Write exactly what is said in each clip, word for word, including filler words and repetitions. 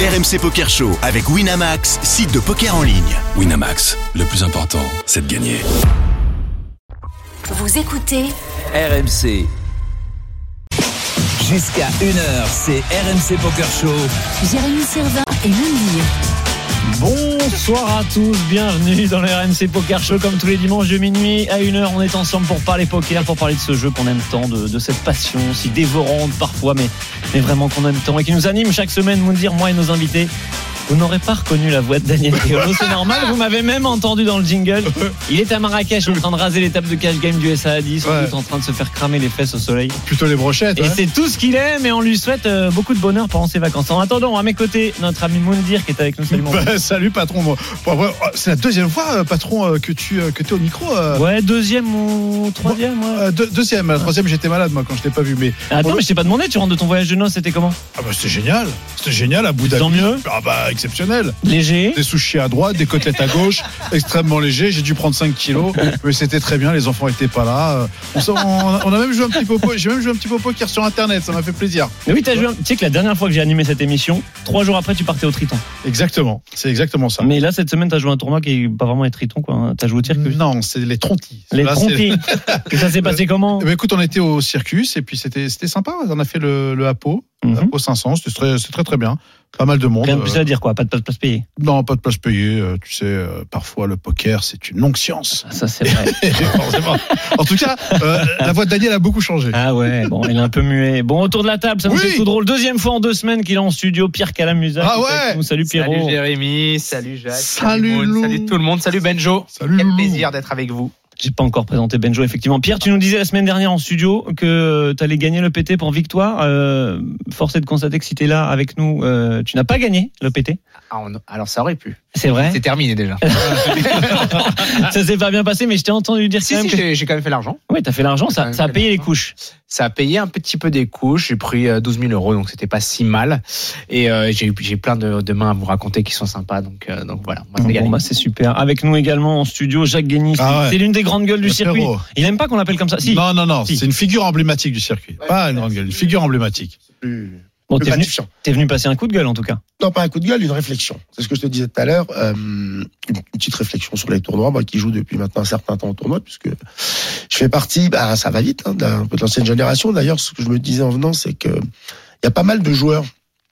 R M C Poker Show avec Winamax, site de poker en ligne. Winamax, le plus important, c'est de gagner. Vous écoutez R M C. Jusqu'à une heure, c'est R M C Poker Show. Jérémy Servin et Moundir. Bonsoir à tous, bienvenue dans le R M C Poker Show. Comme tous les dimanches de minuit à une heure, on est ensemble pour parler poker, pour parler de ce jeu qu'on aime tant, de, de cette passion si dévorante parfois, mais, mais vraiment qu'on aime tant et qui nous anime chaque semaine. Moundir, moi et nos invités. Vous n'aurez pas reconnu la voix de Daniel Riolo, c'est normal, vous m'avez même entendu dans le jingle. Il est à Marrakech en train de raser les tables de cash game du S A A dix, ouais. Tout en train de se faire cramer les fesses au soleil. Plutôt les brochettes. Et ouais. C'est tout ce qu'il aime et on lui souhaite euh, beaucoup de bonheur pendant ses vacances. En attendant, à mes côtés, notre ami Moundir qui est avec nous. Salut, bah, salut patron. Bon, c'est la deuxième fois, patron, que tu que es au micro. Euh... Ouais, deuxième ou troisième ouais. euh, deux, Deuxième, la troisième j'étais malade moi quand je t'ai pas vu. Mais attends, bon, mais je t'ai pas demandé, tu rentres de ton voyage de noces, c'était comment? Ah bah c'était génial, c'était génial à Abu Dhabi. Tant mieux. Ah bah exceptionnel. Léger. Des sushis à droite, des côtelettes à gauche, extrêmement léger. J'ai dû prendre cinq kilos, mais c'était très bien. Les enfants étaient pas là. On, on, on a même joué un petit peu. J'ai même joué un petit peu au poker sur internet. Ça m'a fait plaisir. Mais oui, t'as joué. Tu sais que la dernière fois que j'ai animé cette émission, trois jours après, tu partais au Triton. Exactement. C'est exactement ça. Mais là, cette semaine, t'as joué un tournoi qui est pas vraiment les Tritons, quoi. T'as joué au Circus. Non, c'est les Trontis. Les là, Trontis. Et ça s'est passé comment? Eh ben, écoute, on était au Circus et puis c'était c'était sympa. On a fait le, le Apo, mm-hmm. Apo cinq cents. C'était très, c'était très très bien. Pas mal de monde. Rien de plus à dire, quoi. Pas de place, place payée. Non, pas de place payée. Euh, tu sais, euh, parfois le poker, c'est une longue science. Ça, c'est vrai. En tout cas, euh, la voix de Daniel a beaucoup changé. Ah ouais, bon, il est un peu muet. Bon, autour de la table, ça nous oui. fait tout drôle. Deuxième fois en deux semaines qu'il est en studio. Pierre Calamusa. Ah ouais. Salut Pierrot. Salut Jérémy. Salut Jacques. Salut Salut, Lou. salut tout le monde. Salut Benjo. Salut Quel Lou. plaisir d'être avec vous. J'ai pas encore présenté Benjo, effectivement. Pierre, tu nous disais la semaine dernière en studio que tu allais gagner le P T pour victoire. Euh, force est de constater que si tu es là avec nous, euh, tu n'as pas gagné le P T. Ah, on... Alors ça aurait pu. C'est vrai. C'est terminé déjà. Ça s'est pas bien passé, mais je t'ai entendu dire si, quand si, même que... j'ai, j'ai quand même fait l'argent. Oui, t'as fait l'argent, ça, ça a payé les couches. Ça a payé un petit peu des couches. J'ai pris douze mille euros, donc c'était pas si mal. Et euh, j'ai, j'ai plein de, de mains à vous raconter qui sont sympas. Donc, euh, donc voilà. Moi, bon, bah, c'est super. Avec nous également en studio, Jacques Guénis. Ah ouais. C'est l'une des grandes gueules du le circuit. Ferro. Il n'aime pas qu'on l'appelle comme ça. Si. Non, non, non. Si. C'est une figure emblématique du circuit. Ouais, pas une grande gueule, une figure emblématique. Plus... Bon, t'es venu, t'es venu passer un coup de gueule en tout cas. Non, pas un coup de gueule, une réflexion. C'est ce que je te disais tout à l'heure. Euh, une petite réflexion sur les tournois, moi qui joue depuis maintenant un certain temps au tournoi, puisque je fais partie, bah, ça va vite, hein, d'un peu de l'ancienne génération. D'ailleurs, ce que je me disais en venant, c'est que il y a pas mal de joueurs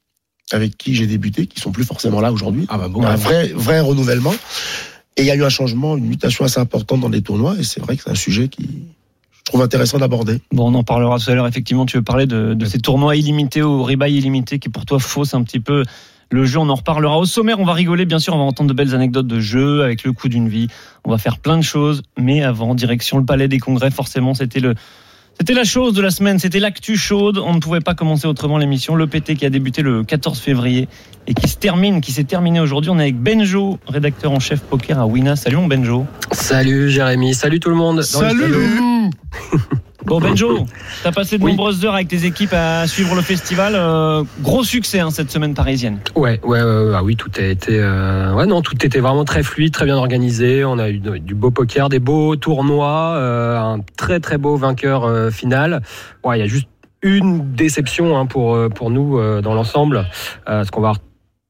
avec qui j'ai débuté, qui sont plus forcément là aujourd'hui. Ah bah bon, un vrai, vrai renouvellement. Et il y a eu un changement, une mutation assez importante dans les tournois, et c'est vrai que c'est un sujet qui... je trouve intéressant d'aborder. Bon, on en parlera tout à l'heure. Effectivement, tu veux parler de, de ces tournois illimités ou rebuy illimités qui pour toi faussent un petit peu le jeu. On en reparlera. Au sommaire, on va rigoler. Bien sûr, on va entendre de belles anecdotes de jeu avec le coup d'une vie. On va faire plein de choses. Mais avant, direction le Palais des Congrès. Forcément, c'était le, c'était la chose de la semaine. C'était l'actu chaude. On ne pouvait pas commencer autrement l'émission. Le P T qui a débuté le quatorze février et qui se termine, qui s'est terminé aujourd'hui. On est avec Benjo, rédacteur en chef poker à Wina. Salut mon Benjo. Salut Jérémy. Salut tout le monde. Salut Loulou. Bon Benjo, t'as passé de oui. nombreuses heures avec tes équipes à suivre le festival. Euh, gros succès hein, cette semaine parisienne. Ouais, ouais, ouais, ah oui, tout a été, euh, ouais, non, tout était vraiment très fluide, très bien organisé. On a eu du beau poker, des beaux tournois, euh, un très très beau vainqueur euh, final. Ouais, il y a juste une déception hein, pour pour nous euh, dans l'ensemble, euh, ce qu'on va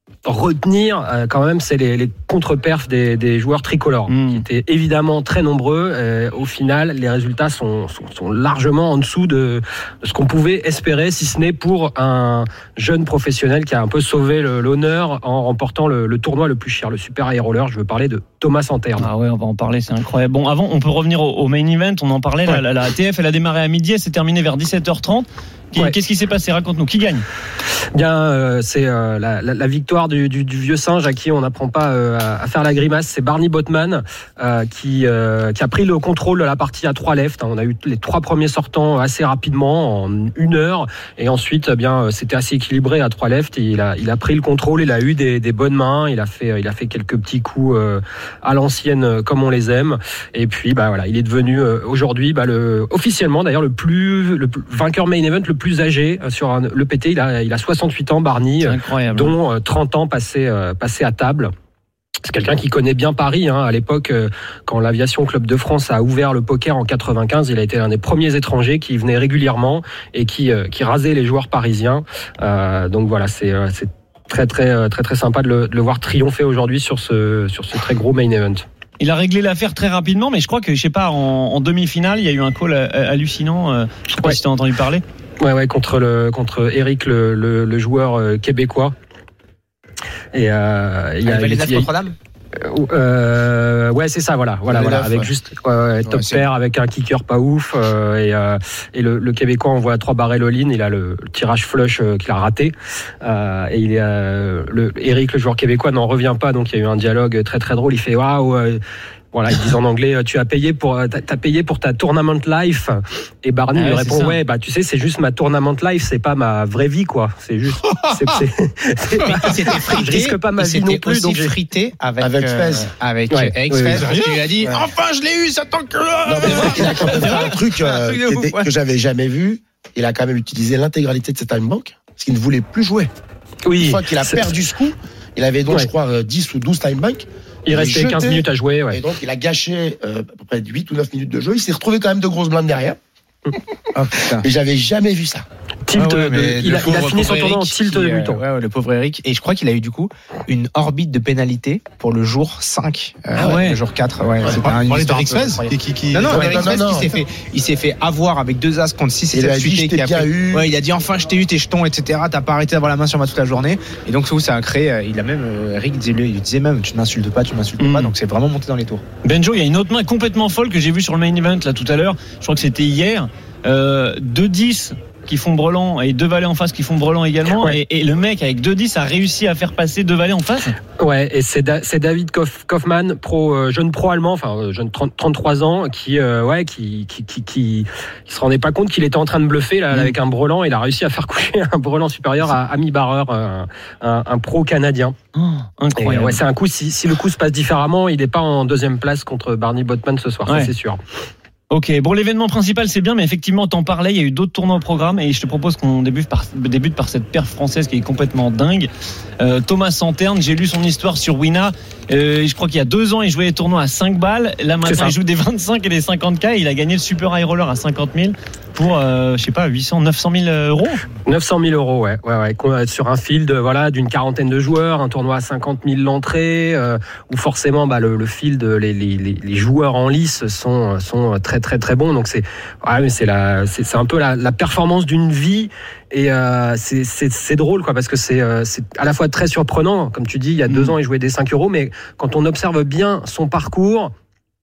retenir euh, quand même, c'est les, les contre-perfs des, des joueurs tricolores, mmh. qui étaient évidemment très nombreux. Euh, au final, les résultats sont, sont, sont largement en dessous de, de ce qu'on pouvait espérer, si ce n'est pour un jeune professionnel qui a un peu sauvé le, l'honneur en remportant le, le tournoi le plus cher, le Super High Roller. Je veux parler de Thomas Santerne. Ah ouais, on va en parler, c'est incroyable. Bon, avant, on peut revenir au, au main event. On en parlait. Ouais. La, la, la T F, elle a démarré à midi, elle s'est terminée vers dix-sept heures trente. Qui, ouais. Qu'est-ce qui s'est passé? Raconte-nous. Qui gagne? Bien, euh, c'est euh, la, la, la victoire du, du, du vieux singe à qui on n'apprend pas euh, à faire la grimace. C'est Barney Botman euh, qui, euh, qui a pris le contrôle de la partie à trois left. On a eu les trois premiers sortants assez rapidement, en une heure. Et ensuite, eh bien, c'était assez équilibré à trois left. Il a, il a pris le contrôle, il a eu des, des bonnes mains. Il a fait, il a fait quelques petits coups euh, à l'ancienne, comme on les aime. Et puis, bah voilà, il est devenu euh, aujourd'hui, bah, le, officiellement d'ailleurs, le plus, le plus, vainqueur main event le plus âgé sur un, le P T. Il a, il a soixante-huit ans, Barney, dont euh, trente ans passés, euh, passés à table. C'est quelqu'un qui connaît bien Paris. Hein. À l'époque, euh, quand l'Aviation Club de France a ouvert le poker en quatre-vingt-quinze, il a été l'un des premiers étrangers qui venait régulièrement et qui, euh, qui rasait les joueurs parisiens. Euh, donc voilà, c'est, euh, c'est très très très très sympa de le, de le voir triompher aujourd'hui sur ce sur ce très gros main event. Il a réglé l'affaire très rapidement, mais je crois que, je sais pas, en, en demi-finale, il y a eu un call hallucinant. Euh, je sais pas ouais. si tu as entendu parler. Ouais, ouais, contre le contre Eric, le, le, le joueur euh, québécois. Et euh, il y a les il y a, Notre-Dame. Euh, ouais, c'est ça, voilà, voilà, voilà, neuf, avec ouais. juste ouais, ouais, top ouais, pair avec un kicker pas ouf euh, et, euh, et le, le Québécois envoie trois barrels all-in, il a le, le tirage flush euh, qu'il a raté euh, et il est euh, le Eric, le joueur québécois, n'en revient pas, donc il y a eu un dialogue très très drôle. Il fait waouh. Euh, Voilà, ils disent en anglais, tu as payé pour, t'as payé pour ta tournament life. Et Barney ah ouais, lui répond, ça. ouais, bah tu sais, c'est juste ma tournament life, c'est pas ma vraie vie, quoi. C'est juste, c'est, c'est, c'est pas, C'était frité, je risque pas ma vie non plus, aussi donc j'ai- frité avec Avec euh, Fez. avec Ouais, Eric oui, Fez. oui. Parce qu'il lui a dit, Ouais. enfin je l'ai eu, ça tant que Non, mais il a quand même fait un truc, euh, Un truc de qui ouf, était- ouais. que j'avais jamais vu. Il a quand même utilisé l'intégralité de ses time bank parce qu'il ne voulait plus jouer. oui. Une fois qu'il a c'est- perdu ce coup, il avait donc, Ouais. je crois, euh, dix ou douze time bank. Il restait jeté, quinze minutes à jouer, ouais. Et donc, il a gâché euh, à peu près huit ou neuf minutes de jeu. Il s'est retrouvé quand même de grosses blindes derrière. Oh, putain. Et j'avais jamais vu ça. Tilt, Ah ouais, de- mais il, le a, il a pauvre- fini son pauvre tournoi en Eric tilt qui, de euh, buton. Ouais, ouais, le pauvre Eric. Et je crois qu'il a eu du coup une orbite de pénalité pour le jour cinq. euh, Ah ouais. Le jour quatre. Ouais, C'est c'était pas une parler histoire d'Eric un peu Fez incroyable. qui, qui, qui... Non, non, Ouais, Eric non, Fez non, qui non. s'est fait, il s'est fait avoir avec deux as contre six et Il a sept dit, chutés. je t'ai qui a bien fait- eu. Ouais, il a dit enfin je t'ai eu tes jetons, et cetera. T'as pas arrêté d'avoir la main sur moi toute la journée. Et donc, ça a créé, euh, il a même, euh, Eric disait, il disait même, tu ne m'insultes pas, tu m'insultes Mm. pas. Donc, c'est vraiment monté dans les tours. Benjo, il y a une autre main complètement folle que j'ai vue sur le main event là tout à l'heure. Je crois que c'était hier. Euh, deux dix qui font brelan et deux valets en face qui font brelan également. Ouais. Et, et le mec avec deux dix a réussi à faire passer deux valets en face. Ouais, et c'est, Da- c'est David Kauf- Kaufmann, pro, euh, jeune pro allemand, enfin euh, jeune trente, trente-trois ans, qui, euh, ouais, qui, qui, qui, qui, qui se rendait pas compte qu'il était en train de bluffer là, Mm. avec un brelan. Il a réussi à faire coucher un brelan supérieur à Ami Barrer, un, un, un pro canadien. Oh, Et, incroyable. ouais, c'est un coup. Si, si le coup se passe différemment, il n'est pas en deuxième place contre Barney Botman ce soir, Ouais. ça c'est sûr. Ok, bon, l'événement principal c'est bien, mais effectivement t'en parlais, il y a eu d'autres tournois au programme et je te propose qu'on débute par, débute par cette paire française qui est complètement dingue. Euh, Thomas Santerne, j'ai lu son histoire sur Wina. Euh, je crois qu'il y a deux ans il jouait les tournois à cinq balles. Là C'est maintenant ça. il joue des vingt-cinq et des cinquante K. Et il a gagné le Super High Roller à cinquante mille pour euh, je sais pas huit cents, neuf cent mille euros. neuf cent mille euros, ouais, ouais, ouais, qu'on a sur un field, voilà, d'une quarantaine de joueurs, un tournoi à cinquante mille l'entrée, euh, où forcément, bah, le, le field, les, les, les, les joueurs en lice sont, sont très, très, très bons. Donc c'est, ouais, c'est la, c'est, c'est un peu la, la performance d'une vie. Et euh, c'est, c'est, c'est drôle, quoi, parce que c'est, euh, c'est à la fois très surprenant. Comme tu dis, il y a deux Mmh. ans, il jouait des cinq euros, mais quand on observe bien son parcours,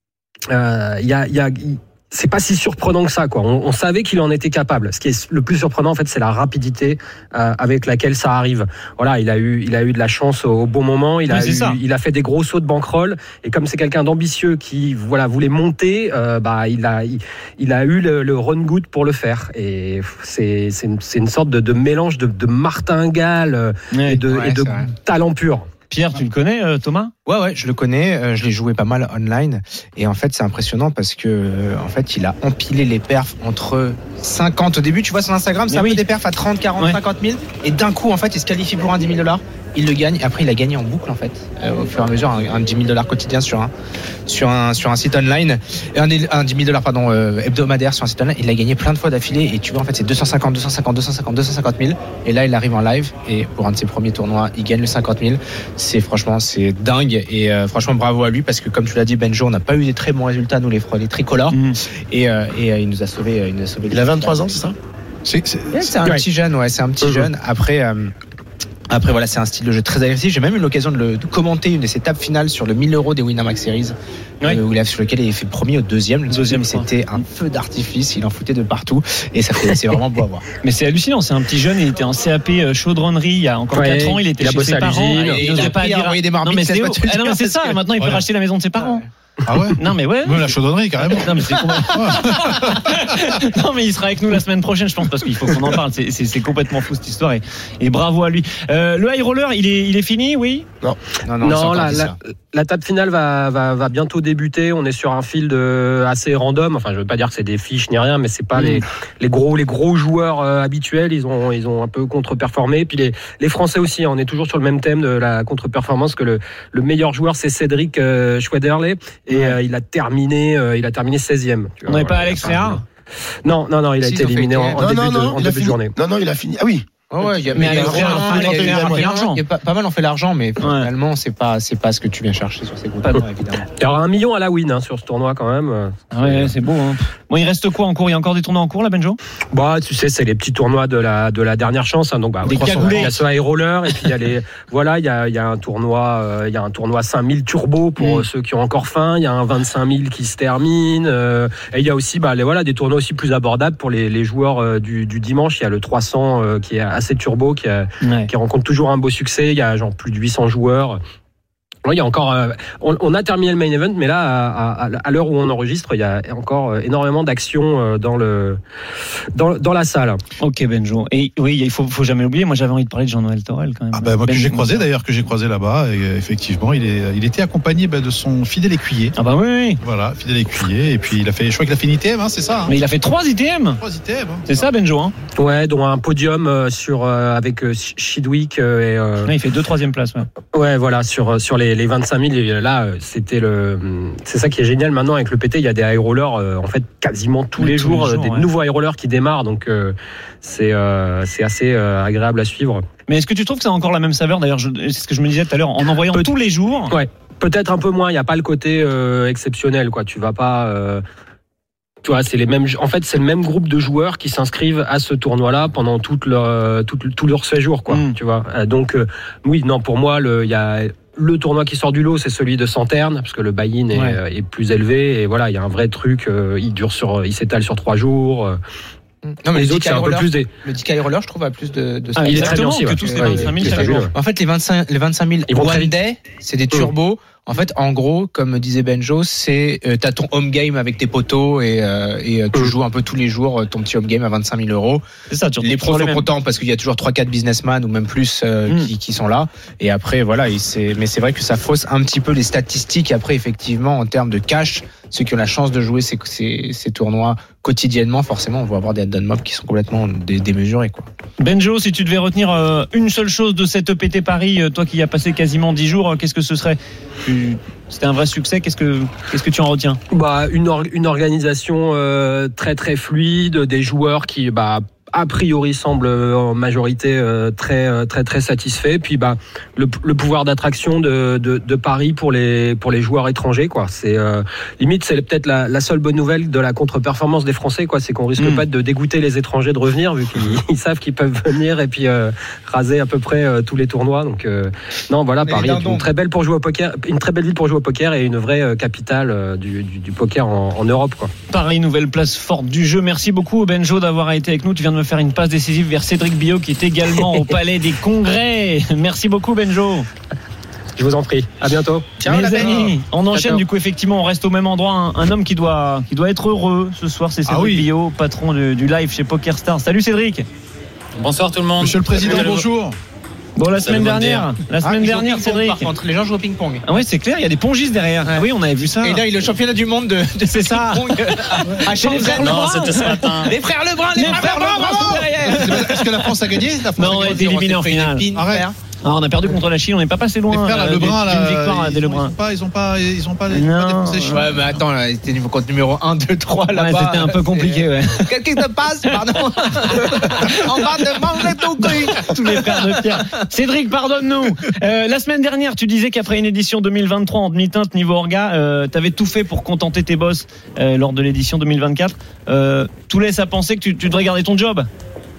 euh, il y a, il y a, il- c'est pas si surprenant que ça, quoi. On, on savait qu'il en était capable. Ce qui est le plus surprenant, en fait, c'est la rapidité euh, avec laquelle ça arrive. Voilà, il a eu, il a eu de la chance au, au bon moment. Il Oui, a c'est eu, ça. il a fait des gros sauts de bankroll. Et comme c'est quelqu'un d'ambitieux qui, voilà, voulait monter, euh, bah, il a, il, il a eu le, le run good pour le faire. Et c'est, c'est, une, c'est une sorte de, de mélange de, de martingale euh, Ouais. et de, Ouais, et de c'est vrai. talent pur. Pierre, tu le connais, euh, Thomas? Ouais, ouais, je le connais. euh, je l'ai joué pas mal online. Et en fait, c'est impressionnant parce que, euh, en fait, il a empilé les perfs entre cinquante au début. Tu vois, son Instagram, c'est Mais un oui. peu des perfs à trente, quarante, Ouais. cinquante mille. Et d'un coup, en fait, il se qualifie pour un dix mille dollars. Il le gagne. Après, il a gagné en boucle, en fait, euh, au fur et à mesure, un, un dix mille dollars quotidien sur un, sur un, sur un site online. Et un, un dix mille dollars, pardon, euh, hebdomadaire sur un site online. Il l'a gagné plein de fois d'affilée. Et tu vois, en fait, c'est deux cent cinquante, deux cent cinquante, deux cent cinquante, deux cent cinquante mille. Et là, il arrive en live. Et pour un de ses premiers tournois, il gagne le cinquante mille. C'est franchement, c'est dingue. Et euh, franchement, bravo à lui parce que, comme tu l'as dit, Benjo, on n'a pas eu des très bons résultats, nous, les, les tricolores. Mmh. Et, euh, et euh, il nous a sauvé. euh, Il nous a sauvé Il a vingt-trois ans, c'est ça? C'est- c'est- Ouais, c'est un Ouais. petit jeune, ouais, c'est un petit Mhm. jeune. Après, euh, après voilà, c'est un style de jeu très agressif. J'ai même eu l'occasion de, le, de commenter une de ses tables finales sur le mille euros des Winamax Series, Ouais. euh, où il a, sur lequel il a fait premier au deuxième. Le Deuxième, deuxième, c'était un feu d'artifice. Il en foutait de partout, et ça fait, c'est vraiment beau à voir. Mais c'est hallucinant, c'est un petit jeune, il était en C A P euh, chaudronnerie il y a encore Ouais, quatre ans, il était il a chez bossé ses à parents, l'usine. il Et il n'osait a pas appris à dire envoyer des marmites, non mais c'est c'est ouf. pas te le Ah non, mais dire, c'est ça, parce que- maintenant il peut Ouais. racheter la maison de ses parents. Ah ouais? Non mais ouais. Même la chaudronnerie, carrément. Non mais, c'est complètement- non mais il sera avec nous la semaine prochaine je pense parce qu'il faut qu'on en parle, c'est, c'est, c'est complètement fou cette histoire et, et bravo à lui. Euh, le high roller il est, il est fini, oui? Non, non, Non, c'est encore la, dit la, ça. la table finale va, va, va bientôt débuter. On est sur un field euh, assez random. Enfin, je veux pas dire que c'est des fiches ni rien, mais c'est pas Mm. les, les gros les gros joueurs euh, habituels. Ils ont ils ont un peu contre-performé. Puis les, les Français aussi. On est toujours sur le même thème de la contre-performance que le, le meilleur joueur c'est Cédric euh, Schwederle et Ouais. euh, il a terminé euh, il a terminé seizième. Tu On vois, n'avait pas voilà, Alex enfin, Réard? Non, non, non, il a Si, été ils ont fait éliminé en, été- en Non, début non, de, non, en il a début de fini. journée. Non, non, il a fini. Ah oui. Oh ouais, il y a, Mais mais il y a elle fait vraiment un- un- elle fait il y a- un peu il y a- d'argent. il y a pas, pas mal on fait l'argent, mais Ouais. finalement c'est pas c'est pas ce que tu viens chercher sur ces groupes, évidemment. Il y aura un million à la win hein, sur ce tournoi quand même. Ah ouais, c'est beau. Hein. Bon, il reste quoi en cours? Il y a encore des tournois en cours là, Benjo? Bah, tu sais, c'est les petits tournois de la de la dernière chance. Hein, donc, bah, Des trois cents, cagoulés. il y a ce high roller et puis il y a les voilà, il y a il y a un tournoi, euh, il y a un tournoi cinq mille turbo pour Mm. euh, ceux qui ont encore faim. Il y a un vingt-cinq mille qui se termine. euh, et il y a aussi bah les voilà des tournois aussi plus abordables pour les les joueurs euh, du du dimanche. Il y a le trois cents euh, qui est assez turbo, qui a, Ouais. qui rencontre toujours un beau succès. Il y a genre plus de huit cents joueurs. Oui, il y a encore. euh, on, on a terminé le main event, mais là, à, à, à l'heure où on enregistre, il y a encore euh, énormément d'actions euh, dans le dans, dans la salle. Ok, Benjo. Et oui, il faut, faut jamais l'oublier. Moi, j'avais envie de parler de Jean-Noël Torel quand même. Ah bah, moi que Ben- j'ai croisé d'ailleurs, que j'ai croisé là-bas, et euh, effectivement, il, est, il était accompagné bah, de son fidèle écuyer. Ah bah oui, oui. Voilà, fidèle écuyer. Et puis il a fait, je crois qu'il a fait une I T M, hein, c'est ça hein. Mais il a fait trois I T M. Trois I T M. Hein. C'est ça, Benjo. Hein. Ouais, dont un podium euh, sur euh, avec euh, Chidwick euh, et euh, Ouais, il fait deux troisième place. Ouais. ouais, voilà sur sur les, les vingt-cinq mille. Et là, euh, c'était le, c'est ça qui est génial maintenant avec le P T. Il y a des high rollers euh, en fait quasiment tous Oui, les tous jours, les jours, euh, des ouais. nouveaux high rollers qui démarrent. Donc euh, c'est euh, c'est assez euh, agréable à suivre. Mais est-ce que tu trouves que ça a encore la même saveur? D'ailleurs, je- c'est ce que je me disais tout à l'heure, en envoyant Peut- tous les jours. Ouais, peut-être un peu moins. Il n'y a pas le côté euh, exceptionnel, quoi. Tu vas pas. Euh, tu vois, c'est les mêmes. En fait, c'est le même groupe de joueurs qui s'inscrivent à ce tournoi-là pendant toute leur, tout, tout leur séjour, quoi. Mm. Tu vois. Euh, Donc, euh, oui, non, pour moi, le, il y a. Le tournoi qui sort du lot, c'est celui de Santerne, parce que le buy-in est, Ouais. euh, est plus élevé. Et voilà, il y a un vrai truc. euh, il dure sur, il s'étale sur trois jours. euh. Non, mais les le autres, c'est un peu roller, plus des. le D K roller, je trouve, a plus de, de Ah, il est très bien exactement, aussi, que ouais. tous les Ouais, vingt-cinq mille il est chaque fabuleux. jour. En fait, les vingt-cinq, les vingt-cinq mille Ils vont très one vite. day, c'est des turbos. En fait, en gros, comme disait Benjo, c'est euh, t'as ton home game avec tes potos et, euh, et euh, tu Mm. joues un peu tous les jours euh, ton petit home game à vingt-cinq mille euros. C'est ça, tu Les retrouves pros toujours sont mêmes. contents parce qu'il y a toujours trois quatre businessmen ou même plus euh, Mm. qui, qui sont là. Et après, voilà, et c'est, mais c'est vrai que ça fausse un petit peu les statistiques. Et après, effectivement, en termes de cash, ceux qui ont la chance de jouer ces, ces, ces tournois quotidiennement, forcément, on va avoir des add-on mobs qui sont complètement dé- démesurés, quoi. Benjo, si tu devais retenir euh, une seule chose de cette E P T Paris, euh, toi qui y as passé quasiment dix jours, euh, qu'est-ce que ce serait? Tu- C'était un vrai succès. Qu'est-ce que, qu'est-ce que tu en retiens? Bah, une, or- une organisation euh, très très fluide, des joueurs qui bah a priori semblent euh, en majorité euh, très euh, très très satisfaits. Puis bah le, le pouvoir d'attraction de, de, de Paris pour les pour les joueurs étrangers, quoi. C'est euh, limite c'est peut-être la, la seule bonne nouvelle de la contre-performance des Français, quoi. C'est qu'on risque Mm. pas de dégoûter les étrangers de revenir vu qu'ils ils savent qu'ils peuvent venir et puis euh, raser à peu près euh, tous les tournois. Donc euh, non, voilà, Mais Paris les est dindons. une très belle pour jouer au poker, une très belle ville pour jouer au poker et une vraie euh, capitale euh, du, du, du poker en, en Europe, quoi. Paris, nouvelle place forte du jeu. Merci beaucoup, Benjo, d'avoir été avec nous. Tu viens de me faire une passe décisive vers Cédric Billot, qui est également au Palais des Congrès. Merci beaucoup, Benjo. Je vous en prie. À bientôt. Mes amis, on enchaîne Ciao. du coup, effectivement, on reste au même endroit. Un, un homme qui doit, qui doit être heureux ce soir, c'est Cédric Ah oui. Billot, patron du, du live chez PokerStars. Salut Cédric. Bonsoir tout le monde. Monsieur le Président, Salut. bonjour. Bon, la Salut, semaine Van Der. dernière, la semaine Ah, ils jouent au dernière, ping-pong, Cédric. par contre, les gens jouent au ping-pong. Ah oui, c'est clair, il y a des pongistes derrière. Ouais. Ah oui, on avait vu ça. Et là, il est le championnat du monde de, de C'est ça. ping-pong. À C'est les frères Non, Lebrun. c'était ce matin. Les frères Lebrun, les, Les frères, frères Lebrun, Lebrun, bravo derrière. Est-ce que la France a gagné? La France Non, a on a gagné. été éliminé en s'est pris finale. des pins, Arrête. frère. Ah, on a perdu contre la Chine, on n'est pas passé loin. Les frères, là, euh, Lebrun, d'une là, victoire ils, des ils ont Lebrun. pas, ils ont pas, ils ont pas, ils ont Non. pas défoncé les Chinois. Ouais, mais attends, là, c'était niveau compte numéro un, deux, trois Ouais, là-bas. c'était un peu compliqué, ouais. Qu'est-ce qui te passe? Pardon. On va te manger ton cul. Tous les frères de Pierre. Cédric, pardonne-nous. Euh, la semaine dernière, tu disais qu'après une édition deux mille vingt-trois en demi-teinte niveau orga, euh, tu avais tout fait pour contenter tes boss euh, lors de l'édition deux mille vingt-quatre. Euh, tout laisse à penser que tu, tu devrais garder ton job.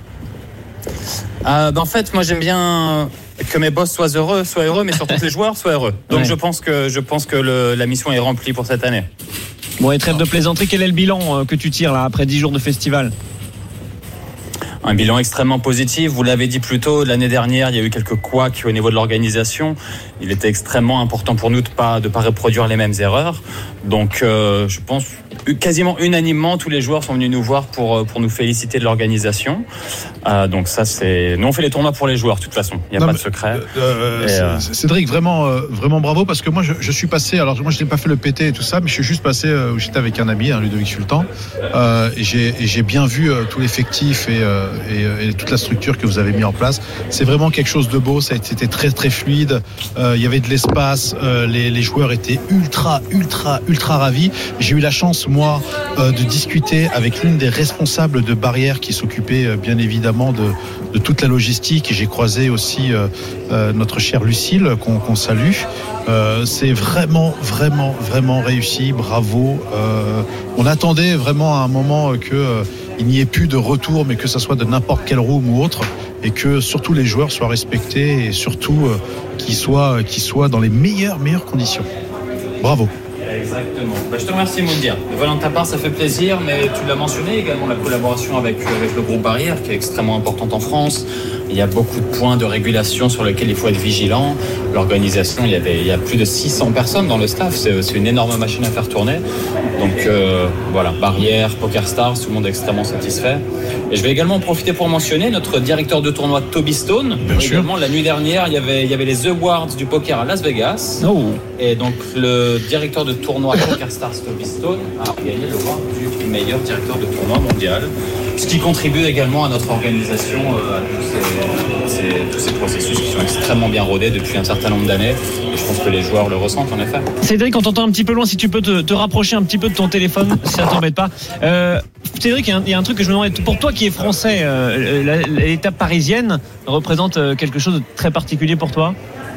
Euh, ben, en fait, moi j'aime bien que mes boss soient heureux, soient heureux, mais surtout que les joueurs soient heureux. Donc Ouais. je pense que je pense que le, la mission est remplie pour cette année. Bon, et trêve de plaisanterie, quel est le bilan euh, que tu tires là après dix jours de festival? Un bilan extrêmement positif. Vous l'avez dit plus tôt, l'année dernière, il y a eu quelques couacs au niveau de l'organisation. Il était extrêmement important pour nous de pas de pas reproduire les mêmes erreurs. Donc, euh, je pense quasiment unanimement, tous les joueurs sont venus nous voir pour pour nous féliciter de l'organisation. Euh, donc ça, c'est nous on fait les tournois pour les joueurs. De toute façon, il n'y a Non, pas mais, de secret. Euh, Et, euh, C- Cédric, vraiment, euh, vraiment bravo, parce que moi, je, je suis passé. Alors, moi, je n'ai pas fait le P T et tout ça, mais je suis juste passé euh, où j'étais avec un ami, un Ludovic Sultan, euh, et j'ai et j'ai bien vu euh, tout l'effectif et, euh, et, euh, et toute la structure que vous avez mis en place. C'est vraiment quelque chose de beau. Ça a été, c'était très, très fluide. Euh, Il y avait de l'espace. Euh, les, les joueurs étaient ultra, ultra, ultra ravis. J'ai eu la chance, moi. mois euh, de discuter avec l'une des responsables de Barrière qui s'occupait euh, bien évidemment de, de toute la logistique. Et j'ai croisé aussi euh, euh, notre chère Lucille qu'on, qu'on salue. Euh, c'est vraiment, vraiment, vraiment réussi. Bravo. Euh, on attendait vraiment à un moment que euh, il n'y ait plus de retour, mais que ça soit de n'importe quel room ou autre, et que surtout les joueurs soient respectés et surtout euh, qu'ils soient, qu'ils soient dans les meilleures, meilleures conditions. Bravo. Exactement. Bah, je te remercie, Moundir. Voilà, de ta part, ça fait plaisir, mais tu l'as mentionné également, la collaboration avec, avec le groupe Barrière, qui est extrêmement importante en France. Il y a beaucoup de points de régulation sur lesquels il faut être vigilant. L'organisation, il y a, des, il y a plus de six cents personnes dans le staff. C'est, c'est une énorme machine à faire tourner. Donc euh, voilà, Barrière, PokerStars, tout le monde est extrêmement satisfait. Et je vais également en profiter pour mentionner notre directeur de tournoi, Toby Stone. Bien sûr. Également, la nuit dernière, il y avait, il y avait les Awards du poker à Las Vegas. Oh. Et donc le directeur de tournoi PokerStars, Toby Stone, a gagné le award du meilleur directeur de tournoi mondial. Ce qui contribue également à notre organisation, euh, à tous ces, ces, tous ces processus qui sont extrêmement bien rodés depuis un certain nombre d'années. Et je pense que les joueurs le ressentent en effet. Cédric, on t'entend un petit peu loin, si tu peux te, te rapprocher un petit peu de ton téléphone, si ça t'embête pas. Euh, Cédric, il y, a un, il y a un truc que je me demandais, pour toi qui es français, euh, la, l'étape parisienne représente quelque chose de très particulier pour toi ?